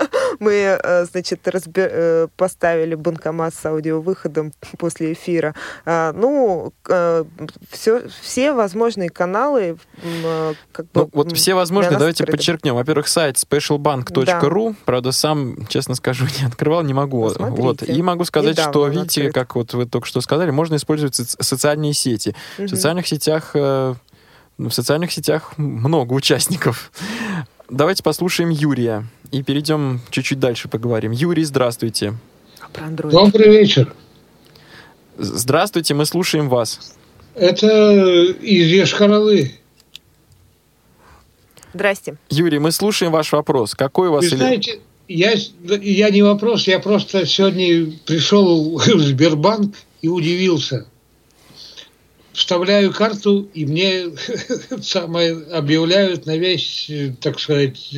мы, значит, разбер... поставили банкомат с аудиовыходом после эфира. Ну, все, все возможные каналы как бы, ну, вот все возможные, давайте открыты. Подчеркнем. Во-первых, сайт спешл банк точка ру, да. Правда, сам, честно скажу, не открывал, не могу. Вот. И могу сказать, недавно что, видите, открыт. Как вот вы только что сказали, можно использовать социальные сети. Угу. В социальных сетях... В социальных сетях много участников. Давайте послушаем Юрия и перейдем чуть-чуть дальше поговорим. Юрий, здравствуйте. Добрый вечер. Здравствуйте, мы слушаем вас. Это из Йошкар-Олы. Здрасте. Юрий, мы слушаем ваш вопрос. Какой у вас... Вы знаете, я, я не вопрос, я просто сегодня пришел в Сбербанк и удивился. Вставляю карту, и мне самое объявляют на весь, так сказать,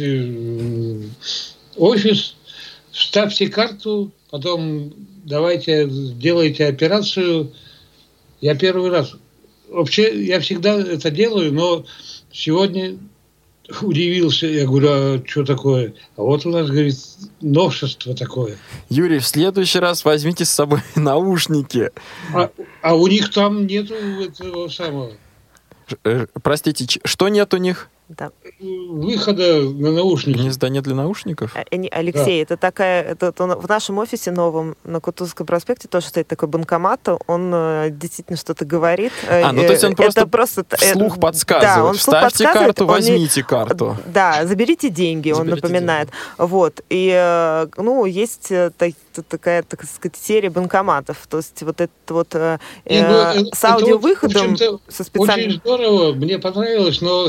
офис. Вставьте карту, потом давайте делайте операцию. Я первый раз. Вообще, я всегда это делаю, но сегодня удивился. Я говорю, а что такое? А вот у нас, говорит, новшество такое. Юрий, в следующий раз возьмите с собой наушники. А, а у них там нету этого самого. Простите, что нет у них? Да. Выхода на наушники. Гнезда для наушников? Алексей, да. это такая... Это, это в нашем офисе новом на Кутузовском проспекте тоже стоит такой банкомат. Он э, действительно что-то говорит. А, ну то есть он просто, это просто вслух э, подсказывает. Да, он Вставьте подсказывает, карту, он возьмите не, карту. Да, заберите деньги, заберите он напоминает. Деньги. Вот. И, э, ну, есть так, такая, так сказать, серия банкоматов. То есть вот это вот э, и, ну, с аудиовыходом, со специальным... Очень здорово, мне понравилось, но...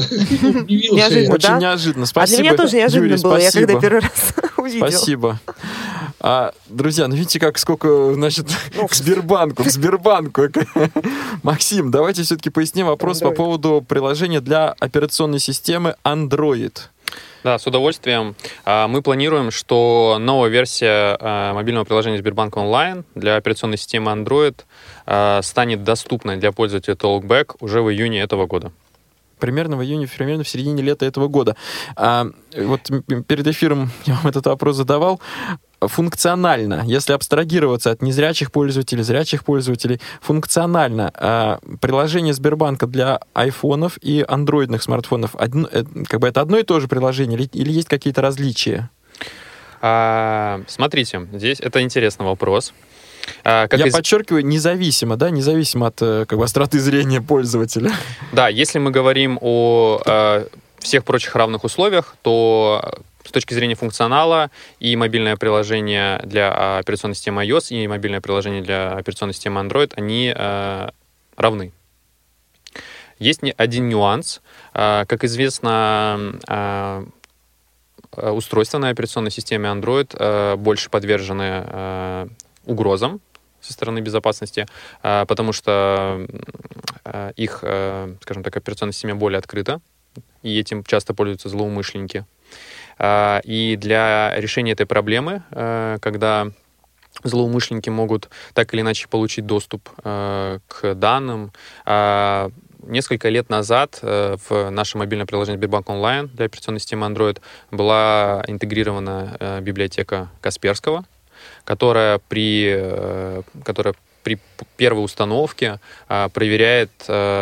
Неожиданно, Очень да? неожиданно. Спасибо. А для меня тоже неожиданно Юрий, было, спасибо. я когда первый раз увидела. Спасибо. А, друзья, ну видите, как сколько, значит, ну, к Сбербанку, к Сбербанку. Максим, давайте все-таки поясним вопрос Android. По поводу приложения для операционной системы Android. Да, с удовольствием. Мы планируем, что новая версия мобильного приложения Сбербанк онлайн для операционной системы Android станет доступной для пользователя Talkback уже в июне этого года. Примерно в июне, примерно в середине лета этого года. А, вот перед эфиром я вам этот вопрос задавал. Функционально, если абстрагироваться от незрячих пользователей, зрячих пользователей, функционально а, приложение Сбербанка для айфонов и андроидных смартфонов, одно, как бы это одно и то же приложение или, или есть какие-то различия? А, смотрите, здесь это интересный вопрос. А, как Я из... подчеркиваю, независимо, да, независимо от как бы, остроты зрения пользователя. Да, если мы говорим о э, всех прочих равных условиях, то с точки зрения функционала и мобильное приложение для операционной системы iOS, и мобильное приложение для операционной системы Android, они э, равны. Есть один нюанс. Э, как известно, э, устройства на операционной системе Android э, больше подвержены э, угрозам со стороны безопасности, потому что их, скажем так, операционная система более открыта, и этим часто пользуются злоумышленники. И для решения этой проблемы, когда злоумышленники могут так или иначе получить доступ к данным, несколько лет назад в наше мобильное приложение Сбербанк онлайн для операционной системы Android была интегрирована библиотека Касперского, которая при, которая при первой установке проверяет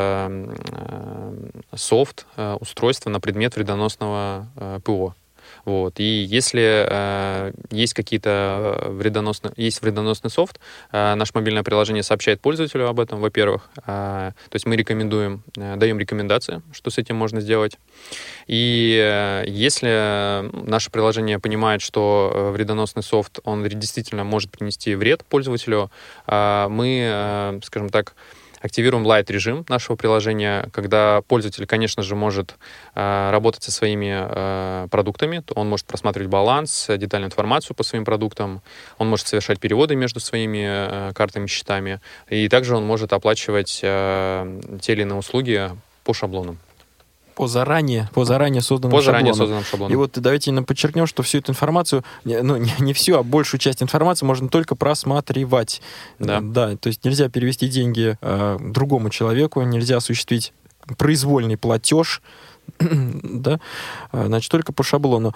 софт устройства на предмет вредоносного ПО. Вот. И если э, есть какие-то вредоносные, есть вредоносный софт, э, наше мобильное приложение сообщает пользователю об этом, во-первых. Э, то есть мы рекомендуем, э, даем рекомендации, что с этим можно сделать. И э, если наше приложение понимает, что вредоносный софт, он действительно может принести вред пользователю, э, мы, э, скажем так, активируем лайт-режим нашего приложения, когда пользователь, конечно же, может э, работать со своими э, продуктами. Он может просматривать баланс, детальную информацию по своим продуктам, он может совершать переводы между своими э, картами, счетами, и также он может оплачивать э, те или иные услуги по шаблонам. По заранее, по заранее созданным по заранее шаблонам. созданным шаблонам. И вот давайте именно подчеркнем, что всю эту информацию, ну, не, не всю, а большую часть информации можно только просматривать. Да. Да, то есть нельзя перевести деньги э, другому человеку, нельзя осуществить произвольный платеж, да, значит, только по шаблону.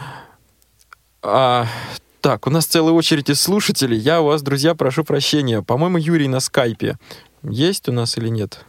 А, так, у нас целая очередь из слушателей. Я у вас, друзья, прошу прощения. По-моему, Юрий на скайпе. Есть у нас или нет?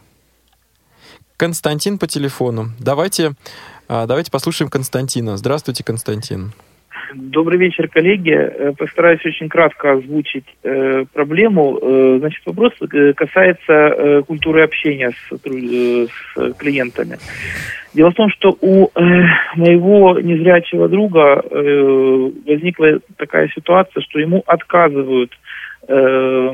Константин по телефону. Давайте, давайте послушаем Константина. Здравствуйте, Константин. Добрый вечер, коллеги. Постараюсь очень кратко озвучить э, проблему. Э, значит, вопрос касается э, культуры общения с, э, с клиентами. Дело в том, что у э, моего незрячего друга э, возникла такая ситуация, что ему отказывают э,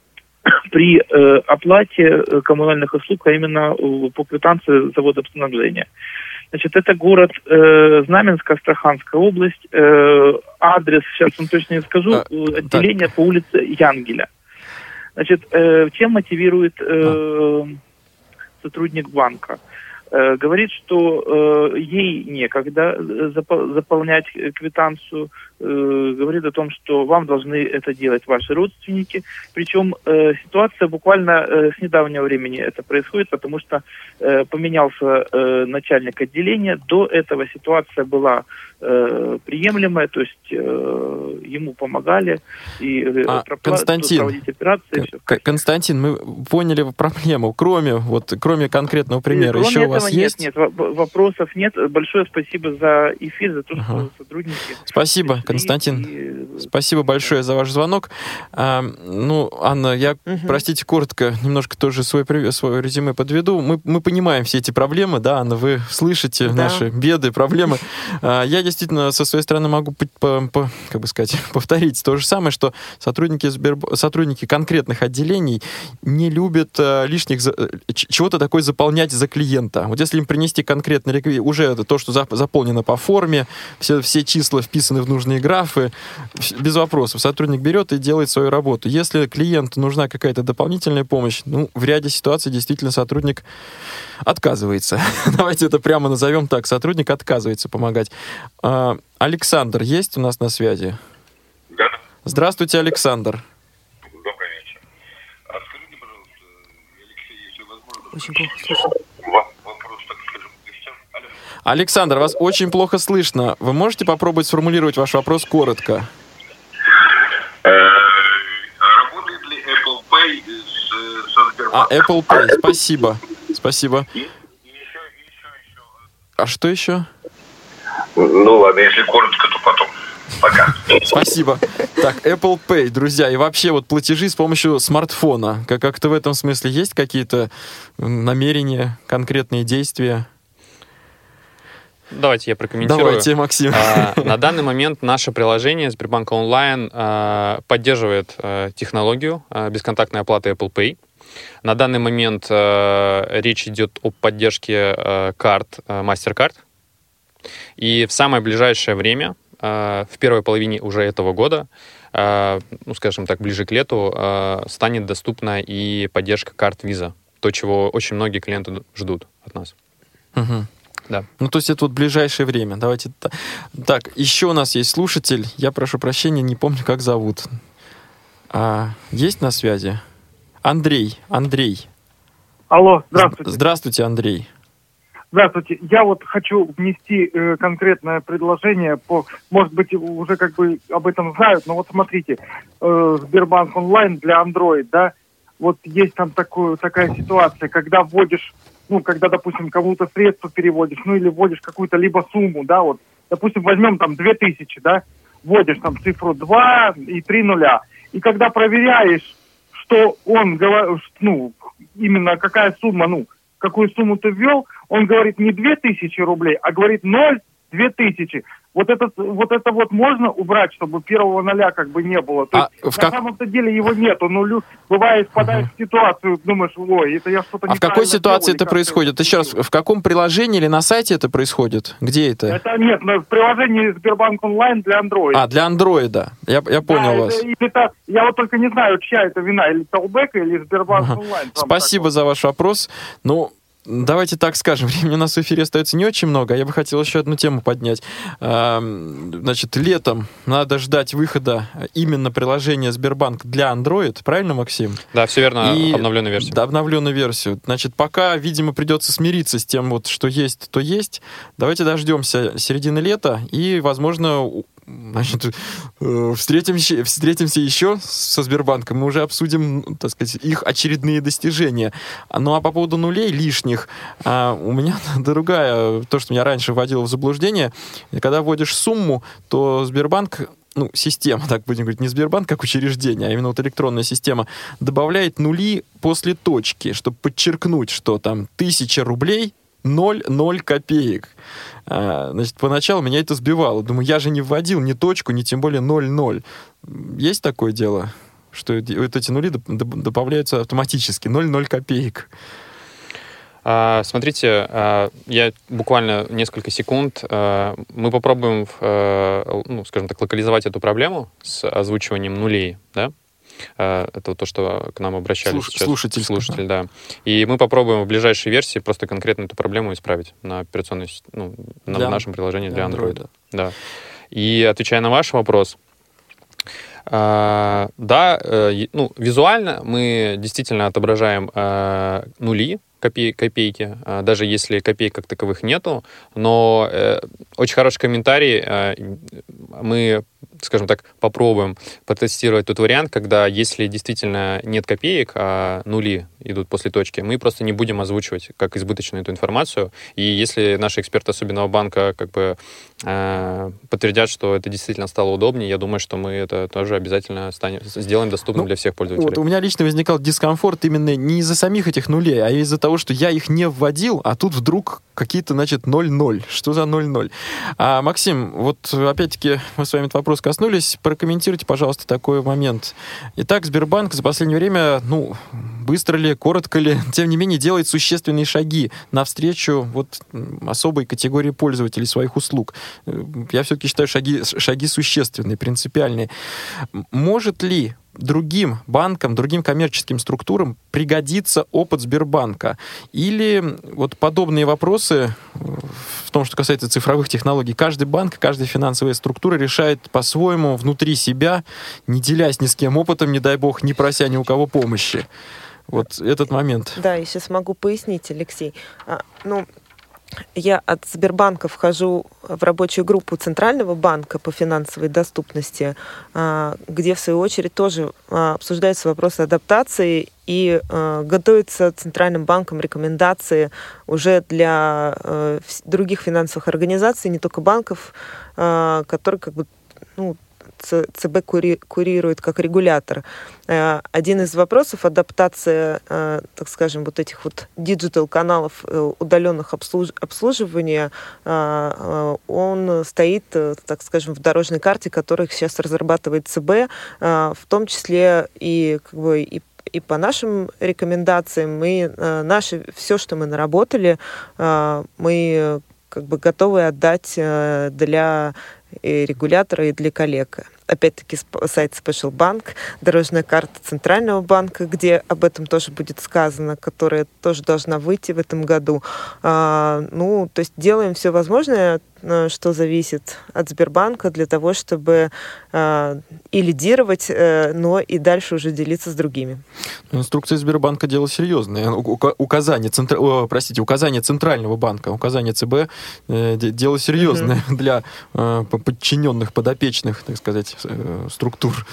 при э, оплате коммунальных услуг, а именно э, по квитанции завода снабжения. Значит, это город э, Знаменск, Астраханская область. Э, адрес, сейчас вам точно не скажу, а, отделение так. по улице Янгеля. Значит, э, чем мотивирует э, а. сотрудник банка? Э, говорит, что э, ей некогда запол- заполнять квитанцию. Э, говорит о том, что вам должны это делать ваши родственники. Причем э, ситуация буквально э, с недавнего времени это происходит, потому что э, поменялся э, начальник отделения. До этого ситуация была э, приемлемая, то есть э, ему помогали и а, Константин, проводить операции. К- Константин, мы поняли проблему. Кроме вот кроме конкретного примера, кроме еще у вас нет, есть? Нет, вопросов нет. Большое спасибо за эфир, за то, что ага. сотрудники. Спасибо, Константин. И... Спасибо большое за ваш звонок. А, ну, Анна, я, угу. простите, коротко немножко тоже свой, свое резюме подведу. Мы, мы понимаем все эти проблемы, да, Анна, вы слышите да. наши беды, проблемы. А, я действительно со своей стороны могу, по, по, как бы сказать, повторить то же самое, что сотрудники, Сберб... сотрудники конкретных отделений не любят а, лишних за... чего-то такое заполнять за клиента. Вот если им принести конкретно уже это, то, что заполнено по форме, все, все числа вписаны в нужные графы, без вопросов. Сотрудник берет и делает свою работу. Если клиенту нужна какая-то дополнительная помощь, ну, в ряде ситуаций действительно сотрудник отказывается. Давайте это прямо назовем так. Сотрудник отказывается помогать. Александр есть у нас на связи? Да. Здравствуйте, Александр. Добрый вечер. А скажите, пожалуйста, Алексей, если возможно... Очень плохо слышно. Вопрос, так скажем, гостям. Александр, вас очень плохо слышно. Вы можете попробовать сформулировать ваш вопрос коротко? Работает ли Apple Pay со Сбербанком? А, Apple Pay, спасибо. Спасибо. И, и еще, еще, еще. А что еще? Ну ладно, если коротко, то потом. Пока. Спасибо. Так, Apple Pay, друзья, и вообще вот платежи с помощью смартфона. Как- Как-то в этом смысле есть какие-то намерения, конкретные действия? Давайте я прокомментирую. Давайте, Максим. А, на данный момент наше приложение Сбербанк онлайн а, поддерживает а, технологию а, бесконтактной оплаты Apple Pay. На данный момент а, речь идет о поддержке а, карт а, MasterCard. И в самое ближайшее время, а, в первой половине уже этого года, а, ну, скажем так, ближе к лету, а, станет доступна и поддержка карт Visa. То, чего очень многие клиенты ждут от нас. Угу. Да. Ну, то есть это вот ближайшее время. Давайте та- так. Еще у нас есть слушатель. Я прошу прощения, не помню, как зовут. А, есть на связи? Андрей. Андрей. Алло, здравствуйте. Здравствуйте, Андрей. Здравствуйте. Я вот хочу внести э, конкретное предложение по, может быть, уже как бы об этом знают, но вот смотрите, э, Сбербанк онлайн для Android, да, вот есть там такую, такая ситуация, когда вводишь, ну, когда, допустим, кому-то средства переводишь, ну, или вводишь какую-то либо сумму, да, вот, допустим, возьмем там две тысячи, да, вводишь там цифру два и три нуля, и когда проверяешь, что он говорит, ну, именно какая сумма, ну, какую сумму ты ввел, он говорит не две тысячи рублей, а говорит ноль, две тысячи. Вот это, вот это вот можно убрать, чтобы первого ноля как бы не было. То А есть, в на как- самом-то деле его нету. Ну, лю- бывает, впадаешь в ситуацию, думаешь, ой, это я что-то А в какой неправильно ситуации делал, это или происходит? Еще раз, в каком приложении или на сайте это происходит? Где это? Это нет, но в приложении Сбербанк онлайн для Android. А, для андроида. Я, я понял Да, вас. это- и это- я вот только не знаю, чья это вина, или Талбека, или Сбербанк Ага. онлайн. Там Спасибо за ваш вопрос. Ну, давайте так скажем, времени у нас в эфире остается не очень много, а я бы хотел еще одну тему поднять. А, Значит, летом надо ждать выхода именно приложения Сбербанк для Android, правильно, Максим? Да, все верно, И- обновленную версию. Да, обновленную версию. Значит, пока, видимо, придется смириться с тем, вот, что есть, то есть. Давайте дождемся середины лета и, возможно, у- значит, э, встретимся, встретимся еще со Сбербанком. Мы уже обсудим, ну, так сказать, их очередные достижения. А, Ну, а по поводу нулей лишних, а, у меня другая, то, что меня раньше вводило в заблуждение, когда вводишь сумму, то Сбербанк, ну, система, так будем говорить, не Сбербанк как учреждение, а именно вот электронная система, добавляет нули после точки, чтобы подчеркнуть, что там тысяча рублей ноль ноль копеек. А, значит, поначалу меня это сбивало. Думаю, я же не вводил ни точку, ни тем более ноль ноль. Есть такое дело, что эти- вот эти нули доп- доп- добавляются автоматически, ноль ноль копеек. А, Смотрите, а, я буквально несколько секунд. а, Мы попробуем, а, ну, скажем так, локализовать эту проблему с озвучиванием нулей, да? А, Это вот то, что к нам обращались Слуш- сейчас. слушатель, Слушатель, да. И мы попробуем в ближайшей версии просто конкретно эту проблему исправить на операционной, с- ну, на Для- в нашем приложении для для Android. Android. Да. И отвечая на ваш вопрос, а, да, э, и- ну, визуально мы действительно отображаем а, нули, копей- копейки, а, даже если копеек как таковых нету, но э, очень хороший комментарий, а, мы, скажем так, попробуем потестировать тот вариант, когда если действительно нет копеек, а нули идут после точки, мы просто не будем озвучивать как избыточную эту информацию, и если наши эксперты особенного банка как бы э, подтвердят, что это действительно стало удобнее, я думаю, что мы это тоже обязательно станем, сделаем доступным Ну, для всех пользователей. Вот у меня лично возникал дискомфорт именно не из-за самих этих нулей, а из-за того, что я их не вводил, а тут вдруг какие-то, значит, ноль ноль. Что за ноль ноль? А, Максим, вот опять-таки мы с вами этот вопрос коснулись. Прокомментируйте, пожалуйста, такой момент. Итак, Сбербанк за последнее время, ну, быстро ли, коротко ли, тем не менее, делает существенные шаги навстречу вот особой категории пользователей своих услуг. Я все-таки считаю, шаги, шаги существенные, принципиальные. Может ли другим банкам, другим коммерческим структурам пригодится опыт Сбербанка? Или вот подобные вопросы, в том, что касается цифровых технологий, каждый банк, каждая финансовая структура решает по-своему внутри себя, не делясь ни с кем опытом, не дай бог, не прося ни у кого помощи? Вот этот момент. Да, я сейчас могу пояснить, Алексей. А, ну, я от Сбербанка вхожу в рабочую группу Центрального банка по финансовой доступности, где, в свою очередь, тоже обсуждаются вопросы адаптации и готовятся Центральным банком рекомендации уже для других финансовых организаций, не только банков, которые как бы, ну, ЦБ курирует как регулятор. Один из вопросов — адаптация, так скажем, вот этих вот диджитал-каналов удаленных обслуживания, он стоит, так скажем, в дорожной карте, которую сейчас разрабатывает ЦБ, в том числе и, как бы, и И по нашим рекомендациям, мы наши, все, что мы наработали, мы как бы готовы отдать для и регулятора, и для коллег. Опять-таки сайт Special Bank, дорожная карта Центрального банка, где об этом тоже будет сказано, которая тоже должна выйти в этом году. А, ну, то есть делаем все возможное, что зависит от Сбербанка, для того, чтобы а, и лидировать, а, но и дальше уже делиться с другими. Инструкция Сбербанка — дело серьезное. Указание, центр... О, простите, указание Центрального банка, указание ЦБ — дело серьезное mm-hmm. для э, подчиненных, подопечных, так сказать, структур.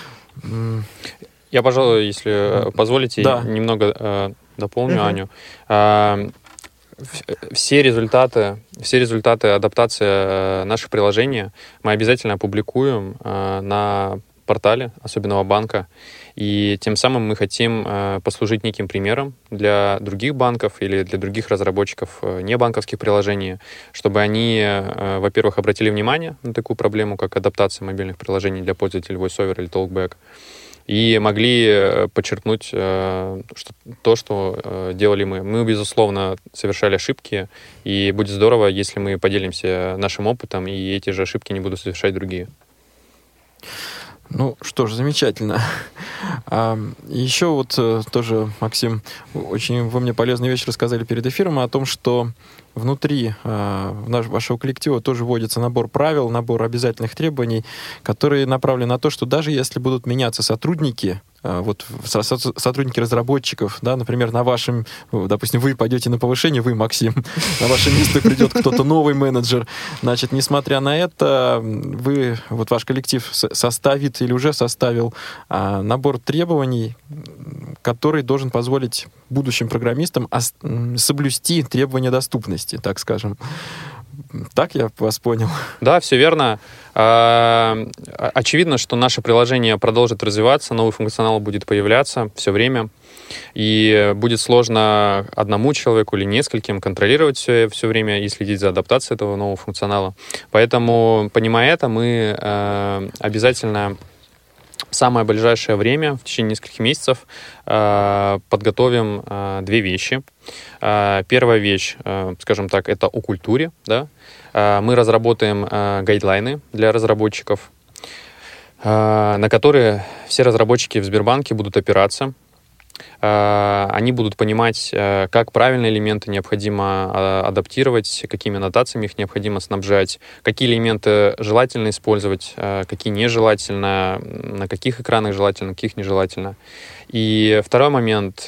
Я, пожалуй, если позволите, да. немного э, дополню uh-huh. Аню. Э, все результаты, все результаты адаптации наших приложений мы обязательно опубликуем э, на портале особенного банка. И тем самым мы хотим э, послужить неким примером для других банков или для других разработчиков э, небанковских приложений, чтобы они, э, во-первых, обратили внимание на такую проблему, как адаптация мобильных приложений для пользователей VoiceOver или Talkback, и могли подчеркнуть э, что, то, что э, делали мы. Мы, безусловно, совершали ошибки, и будет здорово, если мы поделимся нашим опытом, и эти же ошибки не будут совершать другие. Ну, что ж, замечательно. А, еще вот тоже, Максим, очень вы мне полезную вещь рассказали перед эфиром о том, что внутри а, вашего коллектива тоже вводится набор правил, набор обязательных требований, которые направлены на то, что даже если будут меняться сотрудники, вот сотрудники разработчиков, да, например, на вашем, допустим, вы пойдете на повышение, вы, Максим, на ваше место придет кто-то новый менеджер, значит, несмотря на это, вы, вот ваш коллектив составит или уже составил а, набор требований, который должен позволить будущим программистам ос- соблюсти требования доступности, так скажем. Так я вас понял? Да, все верно. Очевидно, что наше приложение продолжит развиваться, новый функционал будет появляться все время, и будет сложно одному человеку или нескольким контролировать все, все время и следить за адаптацией этого нового функционала. Поэтому, понимая это, мы обязательно в самое ближайшее время, в течение нескольких месяцев, подготовим две вещи. Первая вещь, скажем так, это о культуре. Да? Мы разработаем гайдлайны для разработчиков, на которые все разработчики в Сбербанке будут опираться. Они будут понимать, как правильно элементы необходимо адаптировать, какими нотациями их необходимо снабжать, какие элементы желательно использовать, какие нежелательно, на каких экранах желательно, на каких нежелательно. И второй момент.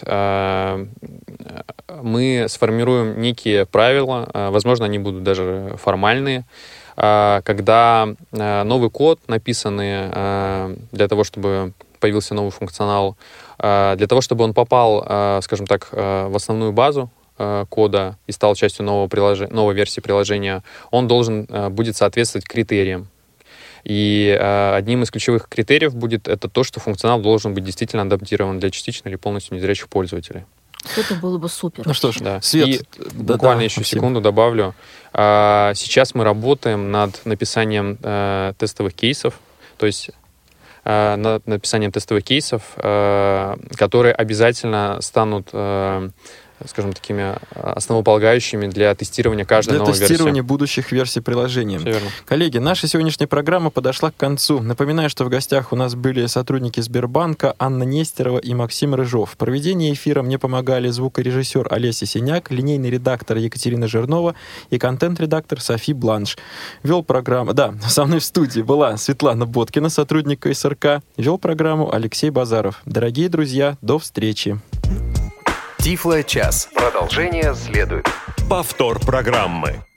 Мы сформируем некие правила, возможно, они будут даже формальные, когда новый код, написанный для того, чтобы появился новый функционал, для того, чтобы он попал, скажем так, в основную базу кода и стал частью нового прилож... новой версии приложения, он должен будет соответствовать критериям. И одним из ключевых критериев будет это то, что функционал должен быть действительно адаптирован для частично или полностью незрячих пользователей. Это было бы супер. Ну что ж, да. Свет. И да, буквально да, еще Максим. секунду добавлю. Сейчас мы работаем над написанием тестовых кейсов то есть э, над написанием тестовых кейсов, э, которые обязательно станут, э, скажем, такими основополагающими для тестирования каждой для новой версии. Для тестирования будущих версий приложения. Все верно. Коллеги, наша сегодняшняя программа подошла к концу. Напоминаю, что в гостях у нас были сотрудники Сбербанка Анна Нестерова и Максим Рыжов. В проведении эфира мне помогали звукорежиссер Олеся Синяк, линейный редактор Екатерина Жирнова и контент-редактор Софи Бланш. Вел программу... Да, со мной в студии была Светлана Боткина, сотрудник ка эс эр ка. Вел программу Алексей Базаров. Дорогие друзья, до встречи. Тифло час. Продолжение следует. Повтор программы.